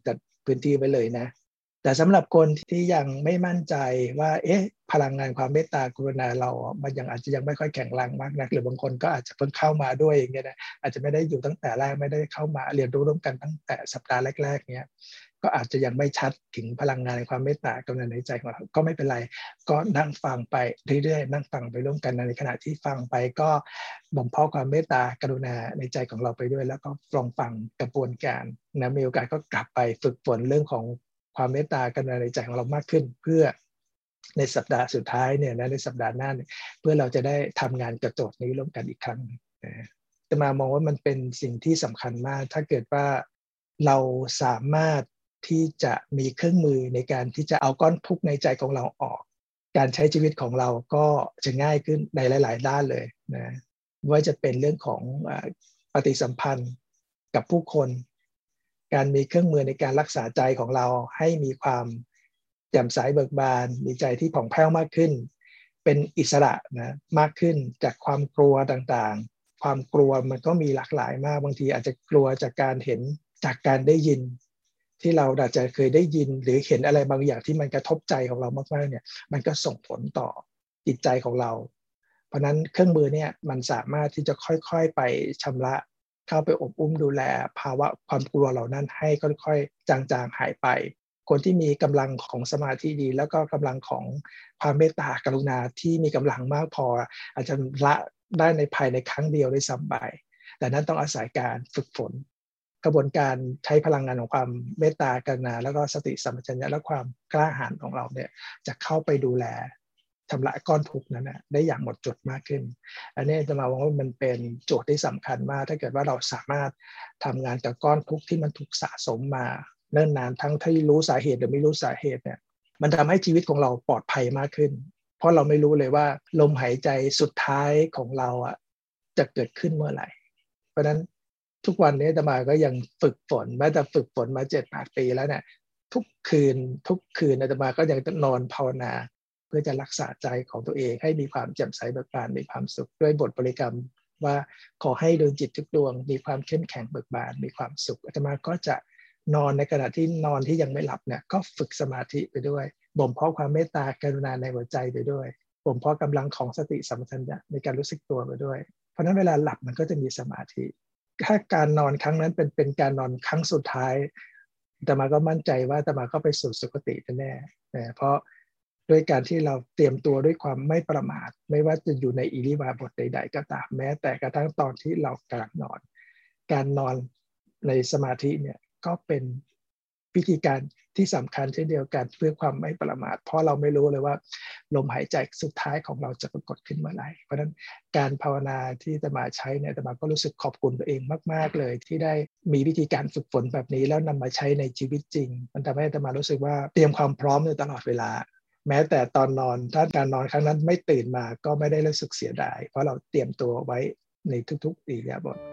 พื้นที่ไว้เลยนะแต่สำหรับคนที่ยังไม่มั่นใจว่าเอ๊ะพลังงานความเมตตากรุณาเรามันยังอาจจะยังไม่ค่อยแข็งแรงมากนักหรือบางคนก็อาจจะเพิ่งเข้ามาด้วยอย่างเงี้ยนะอาจจะไม่ได้อยู่ตั้งแต่แรกไม่ได้เข้ามาเรียนรู้ร่วมกันตั้งแต่สัปดาห์แรกๆเนี้ยก็อาจจะยังไม่ชัดถึงพลังงานความเมตตากรุณาในใจของเราก็ไม่เป็นไรก็นั่งฟังไปเรื่อยๆนั่งฟังไปร่วมกันในขณะที่ฟังไปก็บ่มเพาะความเมตตากรุณาในใจของเราไปด้วยแล้วก็ลองฟังกระบวนการนะมีโอกาสก็กลับไปฝึกฝนเรื่องของความเมตตากรุณาในใจของเรามากขึ้นเพื่อในสัปดาห์สุดท้ายเนี่ยนะในสัปดาห์หน้าเนี่ยเพื่อเราจะได้ทำงานกับโจทย์นี้ร่วมกันอีกครั้งนะจะมามองว่ามันเป็นสิ่งที่สำคัญมากถ้าเกิดว่าเราสามารถที่จะมีเครื่องมือในการที่จะเอาก้อนทุกข์ในใจของเราออกการใช้ชีวิตของเราก็จะง่ายขึ้นในหลายๆด้านเลยนะว่าจะเป็นเรื่องของปฏิสัมพันธ์กับผู้คนการมีเครื่องมือในการรักษาใจของเราให้มีความแจ่มใสเบิกบานมีใจที่ผ่องแผ้วมากขึ้นเป็นอิสระนะมากขึ้นจากความกลัวต่างๆความกลัวมันก็มีหลากหลายมากบางทีอาจจะกลัวจากการเห็นจากการได้ยินที่เราอาจจะเคยได้ยินหรือเห็นอะไรบางอย่างที่มันกระทบใจของเรามากๆเนี่ยมันก็ส่งผลต่อจิตใจของเราเพราะนั้นเครื่องมือเนี่ยมันสามารถที่จะค่อยๆไปชำระเข้าไปอบอุ้มดูแลภาวะความกลัวเหล่านั้นให้ค่อยๆจางๆหายไปคนที่มีกำลังของสมาธิดีแล้วก็กำลังของความเมตตากรุณาที่มีกำลังมากพออาจจะละได้ในภายในครั้งเดียวได้ซ้ำไปแต่นั้นต้องอาศัยการฝึกฝนกระบวนการใช้พลังงานของความเมตตากรุณาแล้วก็สติสัมปชัญญะและความกล้าหาญของเราเนี่ยจะเข้าไปดูแลชำระก้อนทุกข์นั้นนะได้อย่างหมดจดมากขึ้นอันนี้จะมามองว่ามันเป็นโจทย์ที่สำคัญมากถ้าเกิดว่าเราสามารถทำงานกับก้อนทุกข์ที่มันถูกสะสมมาเนิ่นนานทั้งที่รู้สาเหตุหรือไม่รู้สาเหตุเนี่ยมันทำให้ชีวิตของเราปลอดภัยมากขึ้นเพราะเราไม่รู้เลยว่าลมหายใจสุดท้ายของเราอ่ะจะเกิดขึ้นเมื่อไหร่เพราะฉะนั้นทุกวันนี้อาตมาก็ยังฝึกฝนแม้แต่ฝึกฝนมา เจ็ดแปด ปีแล้วเนี่ยทุกคืนทุกคืนอาตมาก็ยังนอนภาวนาเพื่อจะรักษาใจของตัวเองให้มีความแจ่มใสเบิกบานมีความสุขด้วยบทบริกรรมว่าขอให้ดวงจิตทุกดวงมีความเข้มแข็งเบิกบานมีความสุขอาตมาก็จะนอนในขณะที่นอนที่ยังไม่หลับเนี่ยก็ฝึกสมาธิไปด้วยบ่มเพาะความเมตตากรุณาในหัวใจไปด้วยบ่มเพาะกำลังของสติสัมปชัญญะในการรู้สึกตัวไปด้วยเพราะฉะนั้นเวลาหลับมันก็จะมีสมาธิถ้าการนอนครั้งนั้นเป็นเป็นการนอนครั้งสุดท้ายอาตมาก็มั่นใจว่าอาตมาก็ไปสู่สุคติแน่ๆเพราะด้วยการที่เราเตรียมตัวด้วยความไม่ประมาทไม่ว่าจะอยู่ในอิริยาบถใดๆก็ตามแม้แต่กระทั่งตอนที่เรากำลังนอนการนอนในสมาธิเนี่ยก็เป็นวิธีการที่สำคัญเช่นเดียวกันเพื่อความไม่ประมาทเพราะเราไม่รู้เลยว่าลมหายใจสุดท้ายของเราจะปรากฏขึ้นเมื่อไหร่เพราะฉะนั้นการภาวนาที่อาตมาใช้เนี่ยอาตมาก็รู้สึกขอบคุณตัวเองมากๆเลยที่ได้มีวิธีการฝึกฝนแบบนี้แล้วนำมาใช้ในชีวิตจริงมันทำให้อาตมารู้สึกว่าเตรียมความพร้อมอยู่ตลอดเวลาแม้แต่ตอนนอนถ้าการนอนครั้งนั้นไม่ตื่นมาก็ไม่ได้รู้สึกเสียดายเพราะเราเตรียมตัวไว้ในทุกๆอิริยาบถ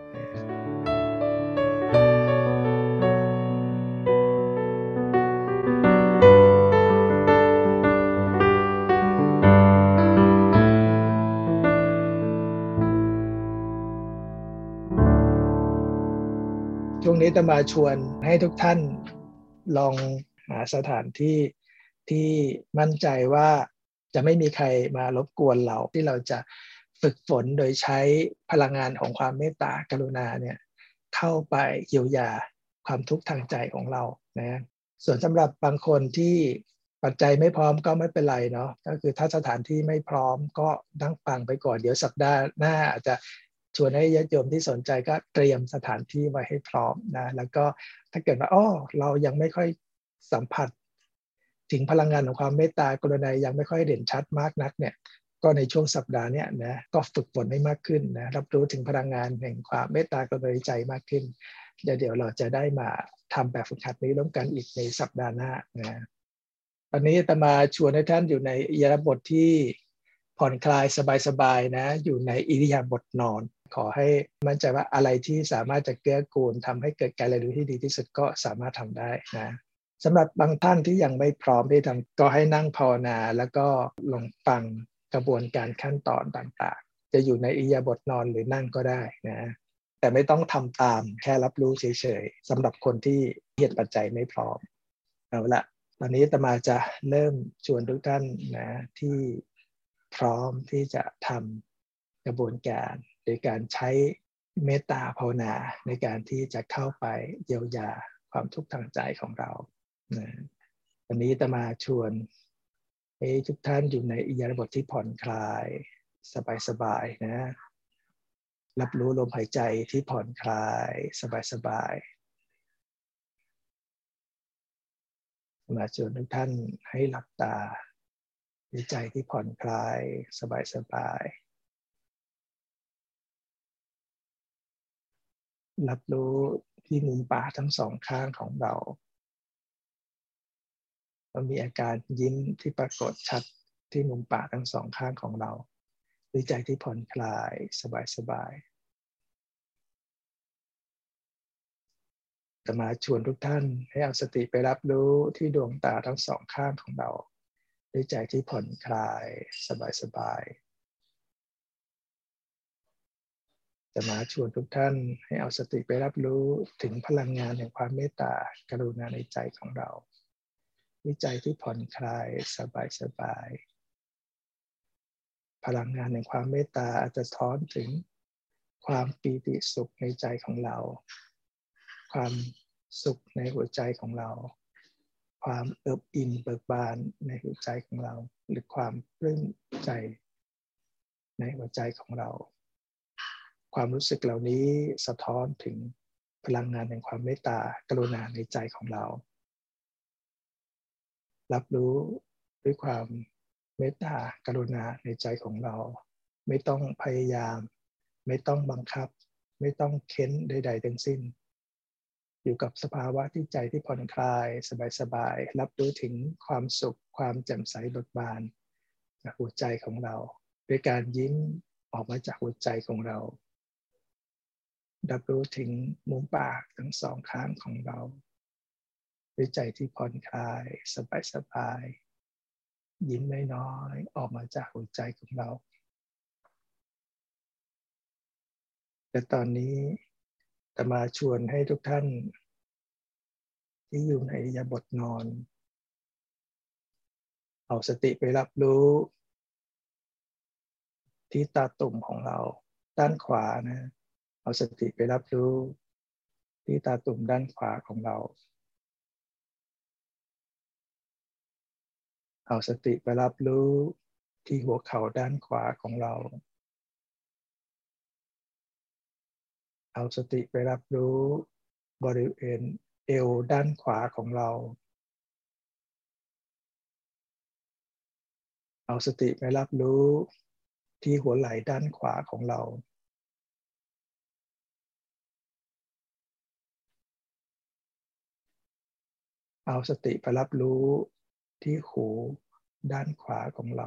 ช่วงนี้จะมาชวนให้ทุกท่านลองหาสถานที่ที่มั่นใจว่าจะไม่มีใครมารบกวนเราที่เราจะฝึกฝนโดยใช้พลังงานของความเมตตากรุณาเนี่ยเข้าไปเยียวยาความทุกข์ทางใจของเรานะส่วนสำหรับบางคนที่ปัจจัยไม่พร้อมก็ไม่เป็นไรเนาะก็คือถ้าสถานที่ไม่พร้อมก็นั่งฟังไปก่อนเดี๋ยวสัปดาห์หน้าอาจจะชวนให้ญาติโยมที่สนใจก็เตรียมสถานที่ไว้ให้พร้อมนะแล้วก็ถ้าเกิดว่าอ้อเรายังไม่ค่อยสัมผัสถึงพลังงานของความเมตตากรุณายังไม่ค่อยเด่นชัดมากนักเนี่ยก็ในช่วงสัปดาห์นี้นะก็ฝึกฝนให้มากขึ้นนะรับรู้ถึงพลังงานแห่งความเมตตากรุณาใจมากขึ้นเดี๋ยวเดี๋ยวเราจะได้มาทำแบบฝึกหัดนี้ร่วมกันอีกในสัปดาห์หน้านะตอนนี้อาตมาชวนให้ท่านอยู่ในอิริยาบถที่ผ่อนคลายสบายๆนะอยู่ในอิริยาบถนอนขอให้มั่นใจว่าอะไรที่สามารถจะเกื้อกูลทำให้เกิดการเรียนรู้ที่ดีที่สุดก็สามารถทำได้นะสำหรับบางท่านที่ยังไม่พร้อมที่ทำก็ให้นั่งภาวนาแล้วก็ลองฟังกระบวนการขั้นตอนต่างๆจะอยู่ในอิริยาบถนอนหรือนั่งก็ได้นะแต่ไม่ต้องทำตามแค่รับรู้เฉยๆสำหรับคนที่เหตุปัจจัยไม่พร้อมเอาละตอนนี้อาตมาจะเริ่มชวนทุกท่านนะที่พร้อมที่จะทำกระบวนการโดยการใช้เมตตาภาวนาในการที่จะเข้าไปเยียวยาความทุกข์ทางใจของเรานะวันนี้อาตมาชวนให้ทุกท่านอยู่ในอิริยาบถที่ผ่อนคลายสบายๆนะรับรู้ลมหายใจที่ผ่อนคลายสบายๆมาชวนทุกท่านให้หลับตาด้วยใจที่ผ่อนคลายสบายๆรับรู้ที่มุมปากทั้งสองข้างของเรามันมีอาการยิ้มที่ปรากฏชัดที่มุมปากทั้งสองข้างของเราด้วยใจที่ผ่อนคลายสบายๆจะมาชวนทุกท่านให้เอาสติไปรับรู้ที่ดวงตาทั้งสองข้างของเราด้วยใจที่ผ่อนคลายสบายๆจะมาชวนทุกท่านให้เอาสติไปรับรู้ถึงพลังงานแห่งความเมตตากรุณาในใจของเราด้วยใจที่ผ่อนคลายสบายๆพลังงานแห่งความเมตตาอาจจะท้อนถึงความปีติสุขในใจของเราความสุขในหัวใจของเราความเอิบอิ่มเบิกบานในหัวใจของเราหรือความปลื้มใจในหัวใจของเราความรู้สึกเหล่านี้สะท้อนถึงพลังงานแห่งความเมตตากรุณาในใจของเรารับรู้ด้วยความเมตตากรุณาในใจของเราไม่ต้องพยายามไม่ต้องบังคับไม่ต้องเค้นใดๆทั้งสิ้นอยู่กับสภาวะที่ใจที่ผ่อนคลายสบายๆรับรู้ถึงความสุขความแจ่มใสเบิกบานจากหัวใจของเราด้วยการยิ้มออกมาจากหัวใจของเรารับรู้ถึงมุมปากทั้งสองข้างของเราด้วยใจที่ผ่อนคลายสบายๆยิ้มน้อยๆออกมาจากหัวใจของเราแต่ตอนนี้จะมาชวนให้ทุกท่านที่อยู่ในอิริยาบถนอนเอาสติไปรับรู้ที่ตาตุ่มของเราด้านขวานะเอาสติไปรับรู้ที่ตาตุ่มด้านขวาของเราเอาสติไปรับรู้ที่หัวเข่าด้านขวาของเราเอาสติไปรับรู้บริเวณเอวด้านขวาของเราเอาสติไปรับรู้ที่หัวไหล่ด้านขวาของเราเอาสติไปรับรู้ที่หูด้านขวาของเรา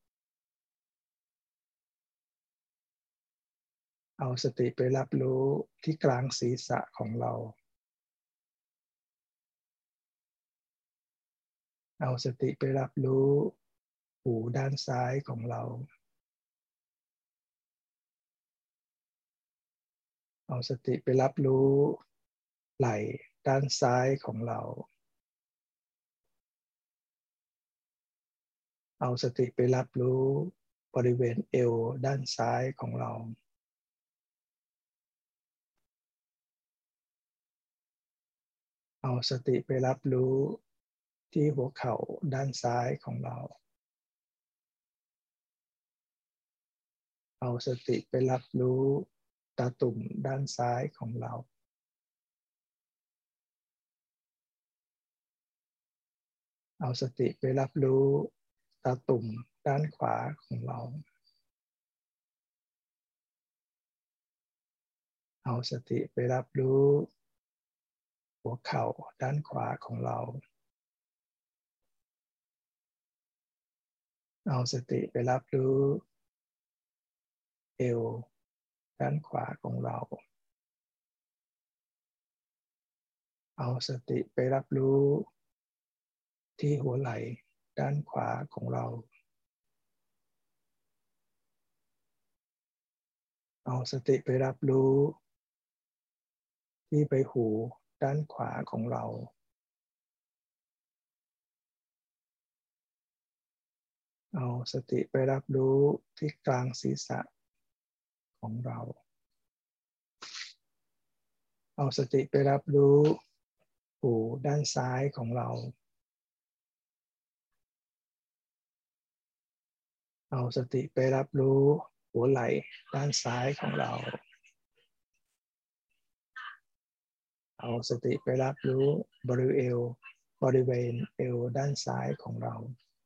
เอาสติไปรับรู้ที่กลางศีรษะของเราเอาสติไปรับรู้หูด้านซ้ายของเราเอาสติไปรับรู้ไหล่ด้านซ้ายของเราเอาสติไปรับรู้บริเวณเอวด้านซ้ายของเราเอาสติไปรับรู้ที่หัวเข่าด้านซ้ายของเราเอาสติไปรับรู้ตาตุ่มด้านซ้ายของเราเอาสติไปรับรู้ตาตุ่มด้านขวาของเราเอาสติไปรับรู้หัวเข่าด้านขวาของเราเอาสติไปรับรู้เอวด้านขวาของเราเอาสติไปรับรู้ที่หัวไหล่ด้านขวาของเราเอาสติไปรับรู้ที่ใบหูด้านขวาของเราเอาสติไปรับรู้ที่กลางศีรษะของเราเอาสติไปรับรู้หูด้านซ้ายของเราเอาสติไปรับรู้หัวไหล่ด้านซ้ายของเราเอาสติไปรับรู้บริเวณบริเวณเอวด้านซ้ายของเรา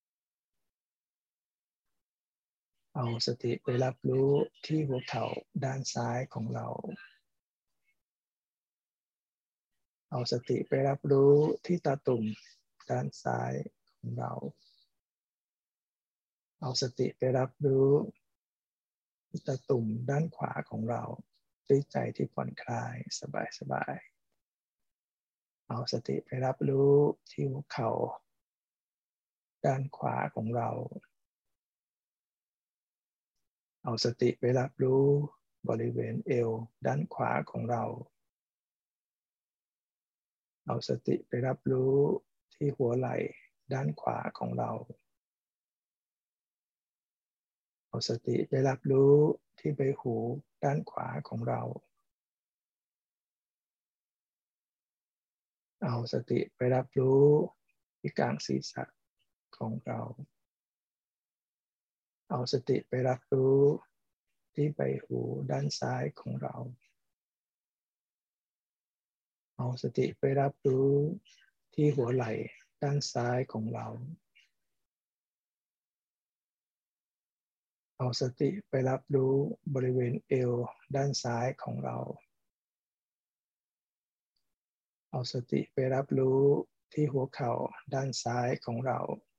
เอาสติไปรับรู้ที่หัวเข่าด้านซ้ายของเราเอาสติไปรับรู้ที่ตาตุ่มด้านซ้ายของเราเอาสติไปรับรู้ที่ตาตุ่มด้านขวาของเราด้วยใจที่ผ่อนคลายสบายๆเอาสติไปรับรู้ที่หัวเข่าด้านขวาของเราเอาสติไปรับรู้บริเวณเอวด้านขวาของเราเอาสติไปรับรู้ที่หัวไหล่ด้านขวาของเราเอาสติไปรับรู้ที่ใบหูด้านขวาของเราเอาสติไปรับรู้ที่กลางศีรษะของเราเอาสติไปรับรู้ที่ใบหูด้านซ้ายของเราเอาสติไปรับรู้ที่หัวไหล่ด้านซ้ายของเราเอาสติไปรับรู้บริเวณเอวด้านซ้ายของเราเอาสติไปรับรู้ที่หัวเข่าด้านซ้ายของเรา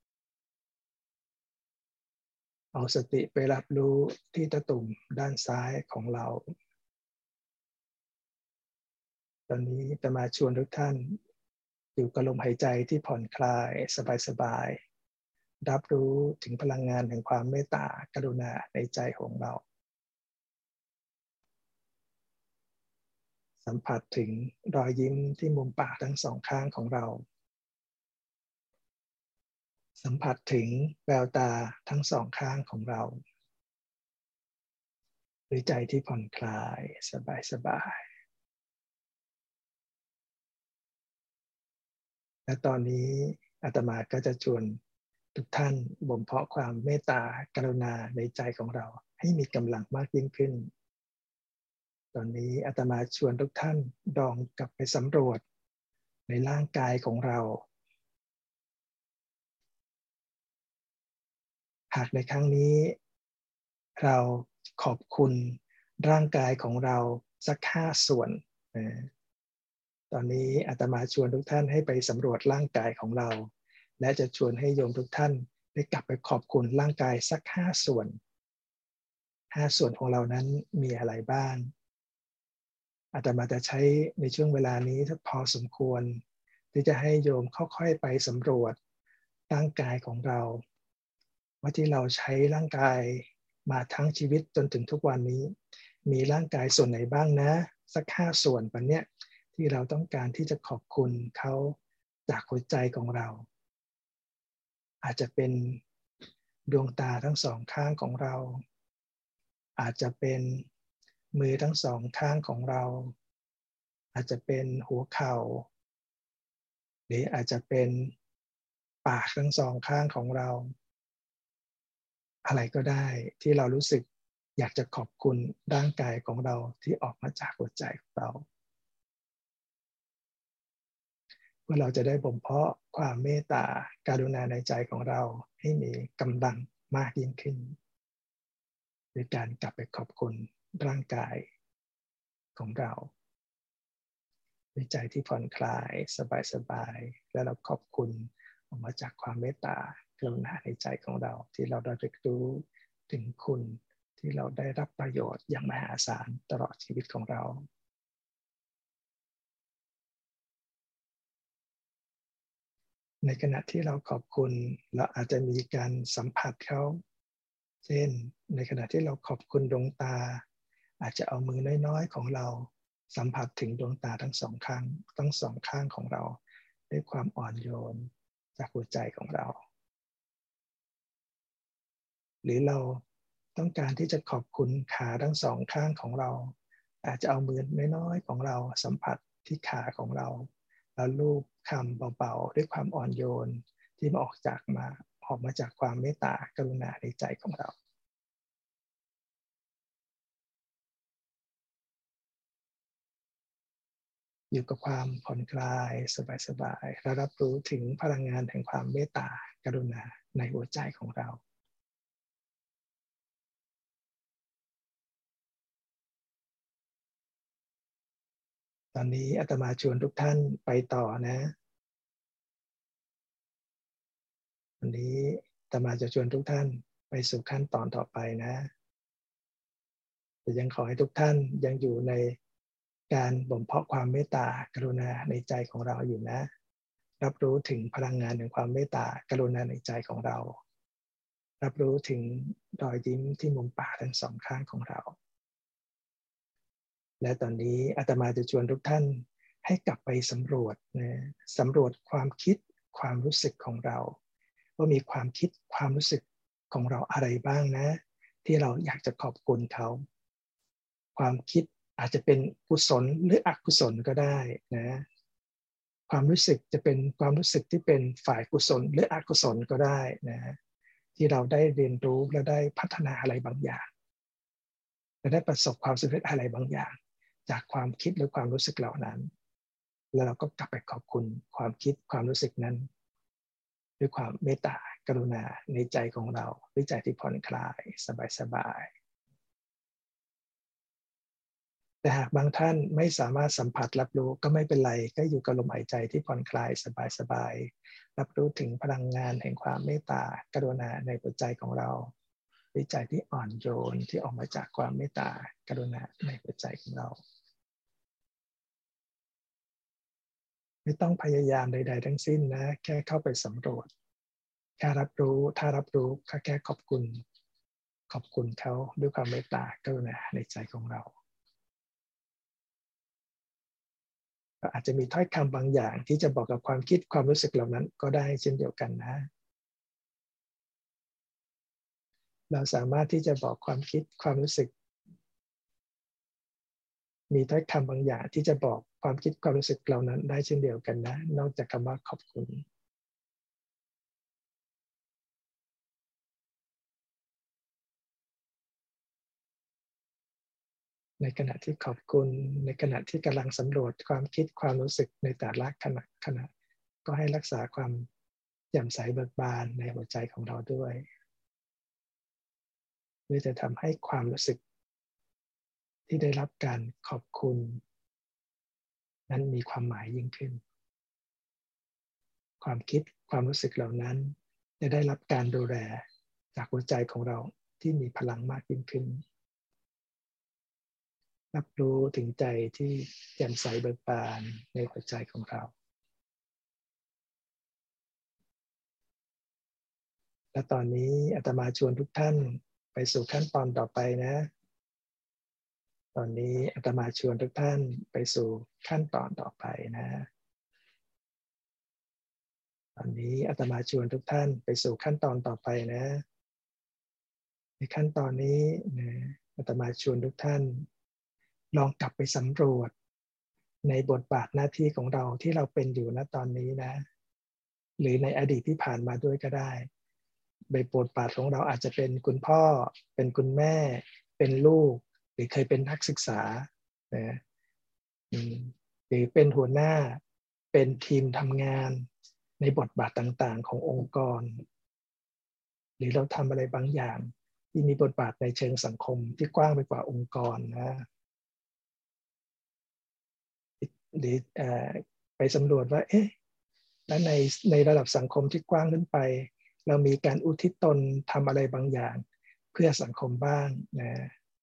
เอาสติไปรับรู้ที่ตะตุ่มด้านซ้ายของเราตอนนี้จะมาชวนทุกท่านอยู่กับลมหายใจที่ผ่อนคลายสบายๆรับรู้ถึงพลังงานแห่งความเมตตากรุณาในใจของเราสัมผัสถึงรอยยิ้มที่มุมปากทั้งสองข้างของเราสัมผัสถึงแววตาทั้งสองข้างของเราด้วยใจที่ผ่อนคลายสบายๆและตอนนี้อาตมาก็จะชวนทุกท่านบ่มเพาะความเมตตากรุณาในใจของเราให้มีกำลังมากยิ่งขึ้นตอนนี้อาตมาชวนทุกท่านลองกลับไปสำรวจในร่างกายของเราหากในครั้งนี้เราขอบคุณร่างกายของเราสักห้าส่วนตอนนี้อาตมาชวนทุกท่านให้ไปสำรวจร่างกายของเราและจะชวนให้โยมทุกท่านได้กลับไปขอบคุณร่างกายสักห้าส่วนห้าส่วนของเรานั้นมีอะไรบ้างอาตมาจะใช้ในช่วงเวลานี้พอสมควรที่จะให้โยมค่อยๆไปสำรวจร่างกายของเราว่าที่เราใช้ร่างกายมาทั้งชีวิตจนถึงทุกวันนี้มีร่างกายส่วนไหนบ้างนะสักห้าส่วนวันนี้ที่เราต้องการที่จะขอบคุณเขาจากหัวใจของเราอาจจะเป็นดวงตาทั้งสองข้างของเราอาจจะเป็นมือทั้งสองข้างของเราอาจจะเป็นหัวเข่าหรืออาจจะเป็นปากทั้งสองข้างของเราอะไรก็ได้ที่เรารู้สึกอยากจะขอบคุณร่างกายของเราที่ออกมาจากหัวใจของเราเพื่อเราจะได้บ่มเพาะความเมตตาการุณาในใจของเราให้มีกำลังมากยิ่งขึ้นโดยการกลับไปขอบคุณร่างกายของเราด้วยใจที่ผ่อนคลายสบายๆและเราขอบคุณออกมาจากความเมตตากรุณาในใจของเราที่เราได้รู้ถึงคุณที่เราได้รับประโยชน์อย่างมหาศาลตลอดชีวิตของเราในขณะที่เราขอบคุณเราอาจจะมีการสัมผัสเขาเช่นในขณะที่เราขอบคุณดวงตาอาจจะเอามือน้อยๆของเราสัมผัสถึงดวงตาทั้งสองข้างทั้งสองข้างของเราด้วยความอ่อนโยนจากหัวใจของเราหรือเราต้องการที่จะขอบคุณขาทั้งสองข้างของเราอาจจะเอามือน้อยๆของเราสัมผัสที่ขาของเราแล้วลูบคำเบาๆด้วยความอ่อนโยนที่มาออกจากมาออกมาจากความเมตตากรุณาในใจของเราอยู่กับความผ่อนคลายสบายๆและรับรู้ถึงพลังงานแห่งความเมตตากรุณาในหัวใจของเราตอนนี้อาตมาชวนทุกท่านไปต่อนะวันนี้อาตมาจะชวนทุกท่านไปสู่ขั้นตอนต่อไปนะแต่ยังขอให้ทุกท่านยังอยู่ในการบ่มเพาะความเมตตากรุณาในใจของเราอยู่นะรับรู้ถึงพลังงานแห่งความเมตตากรุณาในใจของเรารับรู้ถึงรอยยิ้มที่มุมปากทั้งสองข้างของเราและตอนนี้อาตมาจะชวนทุกท่านให้กลับไปสำรวจนะสำรวจความคิดความรู้สึกของเราว่ามีความคิดความรู้สึกของเราอะไรบ้างนะที่เราอยากจะขอบคุณเขาความคิดอาจจะเป็นกุศลหรืออกุศลก็ได้นะความรู้สึกจะเป็นความรู้สึกที่เป็นฝ่ายกุศลหรืออกุศลก็ได้นะที่เราได้เรียนรู้และได้พัฒนาอะไรบางอย่างและได้ประสบความสำเร็จอะไรบางอย่างจากความคิดหรือความรู้สึกเหล่านั้นแล้วเราก็กลับไปขอบคุณความคิดความรู้สึกนั้นด้วยความเมตตากรุณาในใจของเราด้วยใจที่ผ่อนคลายสบายๆแต่หากบางท่านไม่สามารถสัมผัสรับรู้ก็ไม่เป็นไรก็อยู่กับลมหายใจที่ผ่อนคลายสบายๆรับรู้ถึงพลังงานแห่งความเมตตากรุณาในหัวใจของเราด้วยใจที่อ่อนโยนที่ออกมาจากความเมตตากรุณาในหัวใจของเราไม่ต้องพยายามใดๆทั้งสิ้นนะแค่เข้าไปสำรวจแค่รับรู้ถ้ารับรู้ก็แค่ขอบคุณขอบคุณเขาด้วยความเมตตากรุณาในใจของเราก็อาจจะมีถ้อยคำบางอย่างที่จะบอกกับความคิดความรู้สึกเหล่านั้นก็ได้เช่นเดียวกันนะเราสามารถที่จะบอกความคิดความรู้สึกมีถ้อยคำบางอย่างที่จะบอกความคิดความรู้สึกเหล่านั้นได้เช่นเดียวกันนะนอกจากคำว่าขอบคุณในขณะที่ขอบคุณในขณะที่กำลังสำรวจความคิดความรู้สึกในแต่ละขณะขณะก็ให้รักษาความแจ่มใสเบิกบานในหัวใจของเราด้วยเพื่อจะทำให้ความรู้สึกที่ได้รับการขอบคุณนั้นมีความหมายยิ่งขึ้นความคิดความรู้สึกเหล่านั้นจะได้รับการดูแลจากหัวใจของเราที่มีพลังมากยิ่งขึ้นรับรู้ถึงใจที่แจ่มใสเบิกบานในหัวใจของเราและตอนนี้อาตมาชวนทุกท่านไปสู่ขั้นตอนต่อไปนะตอนนี้อาตมาชวนทุกท่านไปสู่ขั้นตอนต่อไปนะตอนนี้อาตมาชวนทุกท่านไปสู่ขั้นตอนต่อไปนะในขั้นตอนนี้นะอาตมาชวนทุกท่านลองกลับไปสำรวจในบทบาทหน้าที่ของเราที่เราเป็นอยู่ณตอนนี้นะหรือในอดีตที่ผ่านมาด้วยก็ได้ในบทบาทของเราอาจจะเป็นคุณพ่อเป็นคุณแม่เป็นลูกหรือเคยเป็นนักศึกษานะหรือเป็นหัวหน้าเป็นทีมทำงานในบทบาทต่างๆขององค์กรหรือเราทำอะไรบางอย่างที่มีบทบาทในเชิงสังคมที่กว้างไปกว่าองค์กรนะหรือไปสำรวจว่าเอ๊ะและในในระดับสังคมที่กว้างขึ้นไปเรามีการอุทิศตนทำอะไรบางอย่างเพื่อสังคมบ้างนะ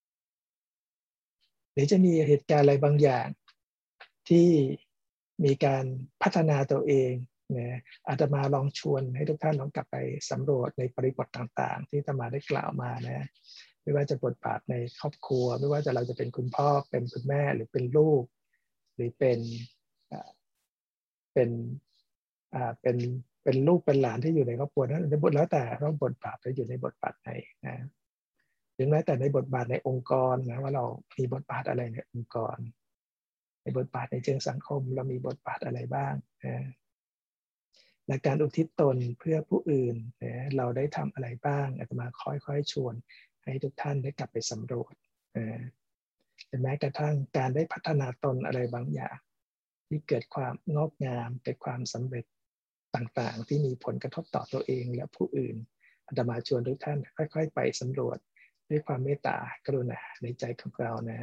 หรือจะมีเหตุการณ์อะไรบางอย่างที่มีการพัฒนาตัวเองนะอาตมาลองชวนให้ทุกท่านลองกลับไปสำรวจในบริบทต่างๆที่อาตมาได้กล่าวมานะไม่ว่าจะบทบาทในครอบครัวไม่ว่าจะเราจะเป็นคุณพ่อเป็นคุณแม่หรือเป็นลูกหรือเป็นเป็นเป็นเป็นลูกเป็นหลานที่อยู่ในครอบครัวนั้นบทแล้วแต่ว่าบทบาทจะอยู่ในบทบาทไหนนะถึงแม้แต่ในบทบาทในองค์กรนะว่าเรามีบทบาทอะไรในองค์กรในบทบาทในเชิงสังคมเรามีบทบาทอะไรบ้างนะและการอุทิศตนเพื่อผู้อื่นนะเราได้ทำอะไรบ้างอาตมาค่อยๆชวนให้ทุกท่านได้กลับไปสำรวจนะแม้กระทั่งการได้พัฒนาตนอะไรบางอย่างที่เกิดความงอกงามเกิดความสำเร็จต่างๆที่มีผลกระทบต่อตัวเองและผู้อื่นอาตมาชวนทุกท่านค่อยๆไปสำรวจด้วยความเมตตากรุณาในใจของเรานะ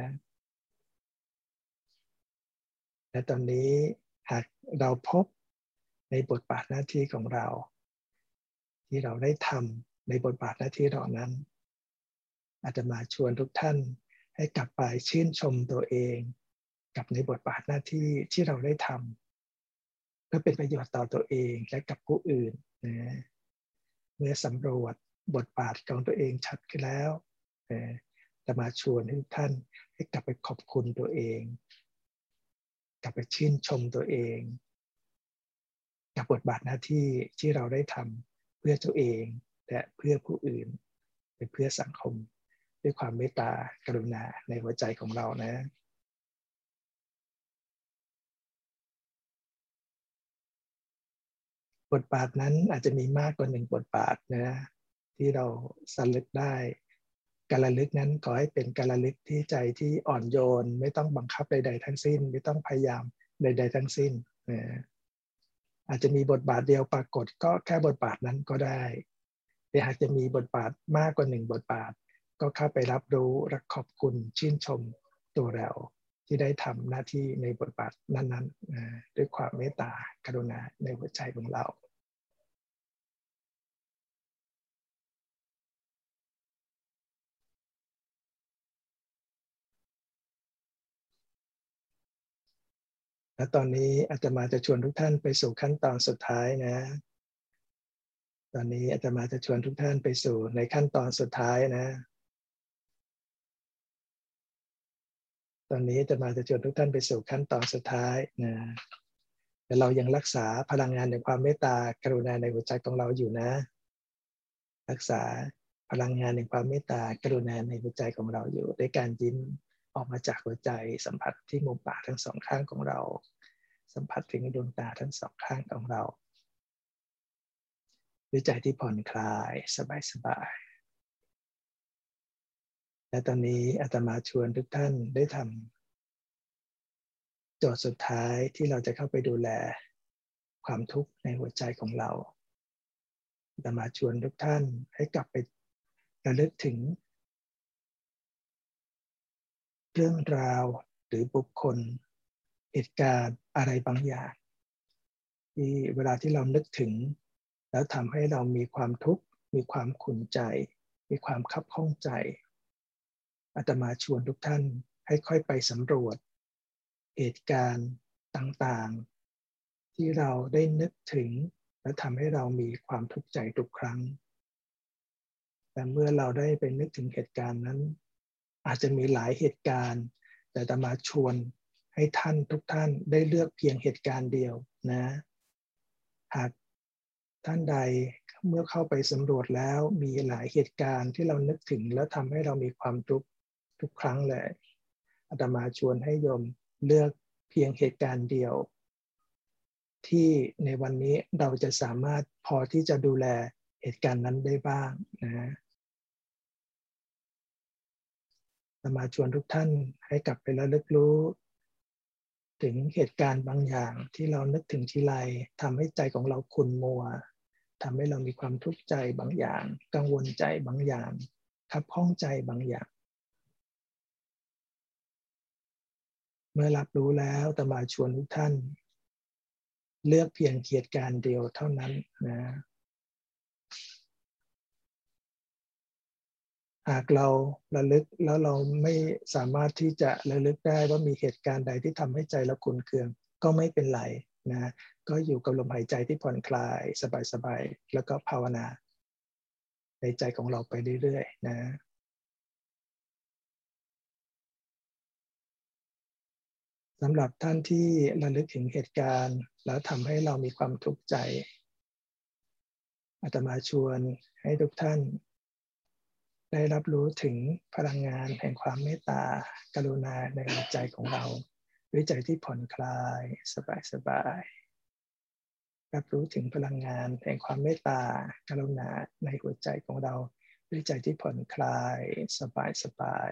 และตอนนี้หากเราพบในบทบาทหน้าที่ของเราที่เราได้ทำในบทบาทหน้าที่เหล่านั้นอาตมาชวนทุกท่านให้กลับไปชื่นชมตัวเองกับในบทบาทหน้าที่ที่เราได้ทำเพื่อเป็นประโยชน์ต่อตัวเองและกับผู้อื่นนะเมื่อสำรวจบทบาทของตัวเองชัดขึ้นแล้วจะมาชวนทุกท่านให้กลับไปขอบคุณตัวเองกลับไปชื่นชมตัวเองกับบทบาทหน้าที่ที่เราได้ทำเพื่อตัวเองและเพื่อผู้อื่นและเพื่อสังคมด้วยความเมตตากรุณาในหัวใจของเรานะบทบาทนั้นอาจจะมีมากกว่าหนึ่งบทบาทนะที่เราสำนึกได้การระลึกนั้นขอให้เป็นการระลึกที่ใจที่อ่อนโยนไม่ต้องบังคับใดๆทั้งสิ้นไม่ต้องพยายามใดๆทั้งสิ้นนะอาจจะมีบทบาทเดียวปรากฏก็แค่บทบาทนั้นก็ได้แต่หากจะมีบทบาทมากกว่าหนึ่งบทบาทก็เข้าไปรับรู้และขอบคุณชื่นชมตัวเราที่ได้ทำหน้าที่ในบทบาทนั้นๆด้วยความเมตตากรุณาในหัวใจของเราและตอนนี้อาตมาจะชวนทุกท่านไปสู่ขั้นตอนสุดท้ายนะตอนนี้อาตมาจะชวนทุกท่านไปสู่ในขั้นตอนสุดท้ายนะตอนนี้อาตมาจะชวนทุกท่านไปสู่ขั้นตอนสุดท้ายนะแต่เรายังรักษาพลังงานในความเมตตากรุณาในหัวใจของเราอยู่นะรักษาพลังงานในความเมตตากรุณาในหัวใจของเราอยู่ด้วยการยิ้มออกมาจากหัวใจสัมผัสที่มุมปากทั้งสองข้างของเราสัมผัสถึงดวงตาทั้งสองข้างของเราด้วยใจที่ผ่อนคลายสบายๆและตอนนี้อาตมาชวนทุกท่านได้ทำโจทย์สุดท้ายที่เราจะเข้าไปดูแลความทุกข์ในหัวใจของเราอาตมาชวนทุกท่านให้กลับไประลึกถึงเรื่องราวหรือบุคคลเหตุการณ์อะไรบางอย่างที่เวลาที่เรานึกถึงแล้วทำให้เรามีความทุกข์มีความขุ่นใจมีความคับข้องใจอาตมาชวนทุกท่านให้ค่อยไปสำรวจเหตุการณ์ต่างๆที่เราได้นึกถึงและทำให้เรามีความทุกข์ใจทุกครั้งแต่เมื่อเราได้ไปนึกถึงเหตุการณ์นั้นอาจจะมีหลายเหตุการณ์แต่อาตมาชวนให้ท่านทุกท่านได้เลือกเพียงเหตุการณ์เดียวนะหากท่านใดเมื่อเข้าไปสำรวจแล้วมีหลายเหตุการณ์ที่เรานึกถึงแล้วทำให้เรามีความทุกข์ทุกครั้งเลยอาตมาชวนให้โยมเลือกเพียงเหตุการณ์เดียวที่ในวันนี้เราจะสามารถพอที่จะดูแลเหตุการณ์นั้นได้บ้างนะอาตมาชวนทุกท่านให้กลับไประลึกรู้ถึงเหตุการณ์บางอย่างที่เรานึกถึงทีไรทำให้ใจของเราขุ่นมัวทำให้เรามีความทุกข์ใจบางอย่างกังวลใจบางอย่างคับข้องใจบางอย่างเมื่อรับรู้แล้วอาตมาชวนทุกท่านเลือกเพียงเหตุการณ์เดียวเท่านั้นนะหากเราระลึกแล้วเราไม่สามารถที่จะระลึกได้ว่ามีเหตุการณ์ใดที่ทำให้ใจเราขุ่นเคืองก็ไม่เป็นไรนะก็อยู่กับลมหายใจที่ผ่อนคลายสบายๆแล้วก็ภาวนาในใจของเราไปเรื่อยๆนะสำหรับท่านที่ระลึกถึงเหตุการณ์แล้วทำให้เรามีความทุกข์ใจอาตมาชวนให้ทุกท่านได้รับรู้ถึงพลังงานแห่งความเมตตากรุณาในหัวใจของเราด้วยใจที่ผ่อนคลายสบายๆรับรู้ถึงพลังงานแห่งความเมตตากรุณาในหัวใจของเราด้วยใจที่ผ่อนคลายสบาย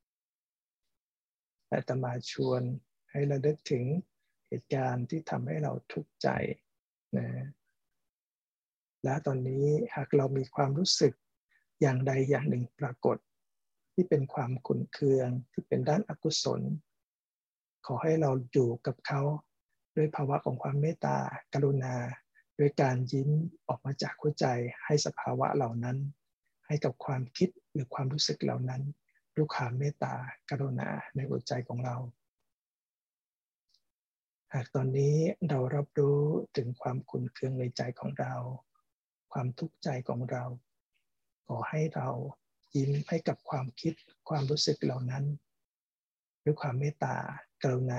ๆอาตมาชวนให้ระลึกถึงเหตุการณ์ที่ทำให้เราทุกข์ใจนะและตอนนี้หากเรามีความรู้สึกอย่างใดอย่างหนึ่งปรากฏที่เป็นความขุ่นเคืองที่เป็นด้านอกุศลขอให้เราอยู่กับเขาด้วยภาวะของความเมตตากรุณาโดยการยิ้มออกมาจากหัวใจให้สภาวะเหล่านั้นให้กับความคิดหรือความรู้สึกเหล่านั้นด้วยความเมตตากรุณาในหัวใจของเราหากตอนนี้เรารับรู้ถึงความขุ่นเคืองในใจของเราความทุกข์ใจของเราขอให้เรายิ้มให้กับความคิดความรู้สึกเหล่านั้นด้วยความเมตตากรุณา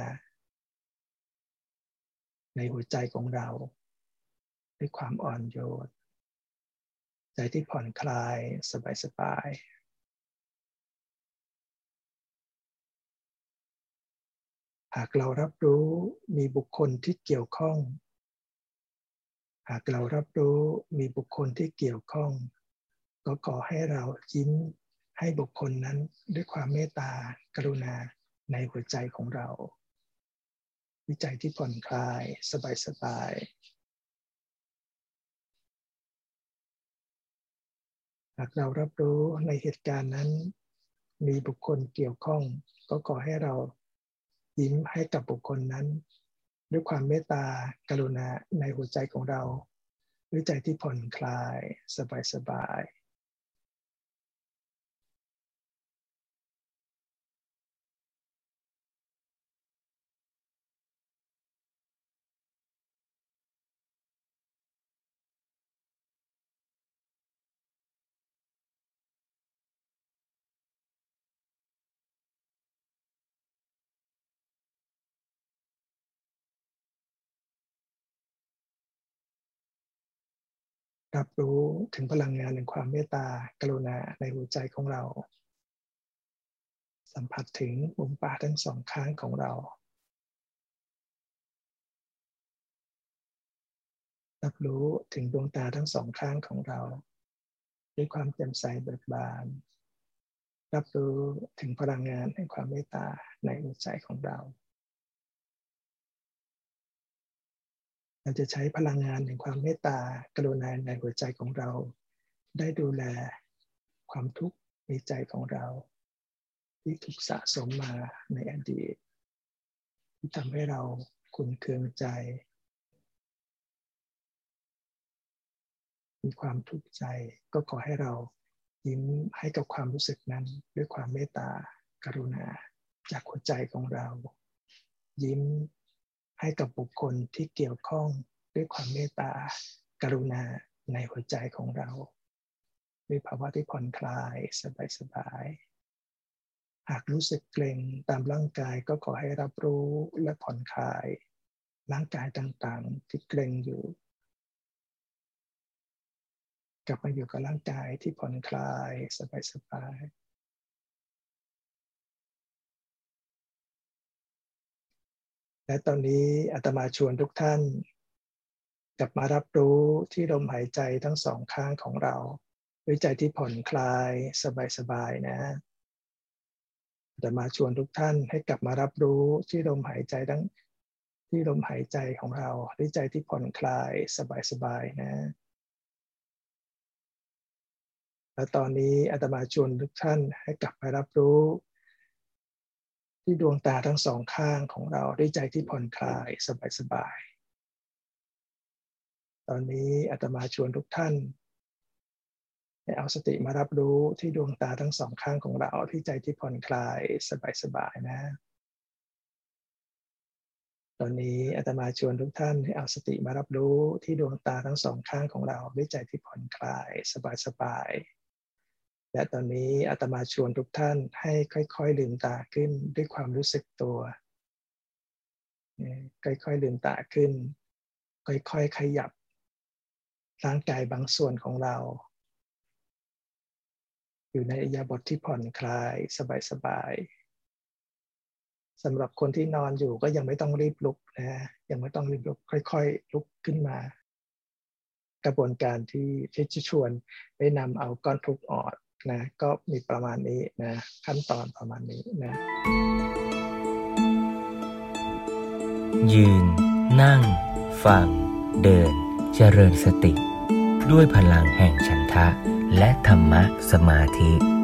ในหัวใจของเราด้วยความอ่อนโยนใจที่ผ่อนคลายสบายๆหากเรารับรู้มีบุคคลที่เกี่ยวข้องหากเรารับรู้มีบุคคลที่เกี่ยวข้องก็ขอให้เรายิ้มให้บุคคลนั้นด้วยความเมตตากรุณาในหัวใจของเราวิจัยที่ผ่อนคลายสบายๆหากเรารับรู้ในเหตุการณ์นั้นมีบุคคลเกี่ยวข้องก็ขอให้เรายิ้มให้กับบุคคลนั้นด้วยความเมตตากรุณาในหัวใจของเราวิจัยที่ผ่อนคลายสบายๆรับรู้ถึงพลังงานแห่งความเมตตากรุณาในหัวใจของเราสัมผัสถึงมุมปากทั้งสองข้างของเรารับรู้ถึงดวงตาทั้งสองข้างของเราด้วยความแจ่มใสเบิกบานรับรู้ถึงพลังงานแห่งความเมตตาในหัวใจของเราเราจะใช้พลังงานแห่งความเมตตากรุณาในหัวใจของเราได้ดูแลความทุกข์ในใจของเราที่ถูกสะสมมาในอดีตที่ทำให้เราขุ่นเคืองใจมีความทุกข์ใจก็ขอให้เรายิ้มให้กับความรู้สึกนั้นด้วยความเมตตากรุณาจากหัวใจของเรายิ้มให้กับบุคคลที่เกี่ยวข้องด้วยความเมตตากรุณาในหัวใจของเราด้วยภาวะที่ผ่อนคลายสบายๆหากรู้สึกเกร็งตามร่างกายก็ขอให้รับรู้และผ่อนคลายร่างกายต่างๆที่เกร็งอยู่กลับมาอยู่กับร่างกายที่ผ่อนคลายสบายๆและตอนนี้อาตมาชวนทุกท่านกลับมารับรู้ที่ลมหายใจทั้งสองข้างของเราด้วยใจที่ผ่อนคลายสบายๆนะอาตมาชวนทุกท่านให้กลับมารับรู้ที่ลมหายใจทั้งที่ลมหายใจของเราด้วยใจที่ผ่อนคลายสบายๆนะและตอนนี้อาตมาชวนทุกท่านให้กลับมารับรู้ที่ดวงตาทั้งสองข้างของเราด้วยใจที่ผ่อนคลายสบายๆตอนนี้อาตมาชวนทุกท่านให้เอาสติมารับรู้ที่ดวงตาทั้งสองข้างของเราที่ใจที่ผ่อนคลายสบายๆนะตอนนี้อาตมาชวนทุกท่านให้เอาสติมารับรู้ที่ดวงตาทั้งสองข้างของเราด้วยใจที่ผ่อนคลายสบายๆและตอนนี้อาตมาชวนทุกท่านให้ค่อยๆลืมตาขึ้นด้วยความรู้สึกตัวค่อยๆลืมตาขึ้นค่อยๆขยับร่างกายบางส่วนของเราอยู่ในอิริยาบถที่ผ่อนคลายสบายๆสำหรับคนที่นอนอยู่ก็ยังไม่ต้องรีบลุกนะยังไม่ต้องรีบลุกค่อยๆลุกขึ้นมากระบวนการที่ที่จะชวนได้นำเอาก้อนทุกข์ออกนะก็มีประมาณนี้นะขั้นตอนประมาณนี้นะยืนนั่งฟังเดินเจริญสติด้วยพลังแห่งฉันทะและธรรมะสมาธิ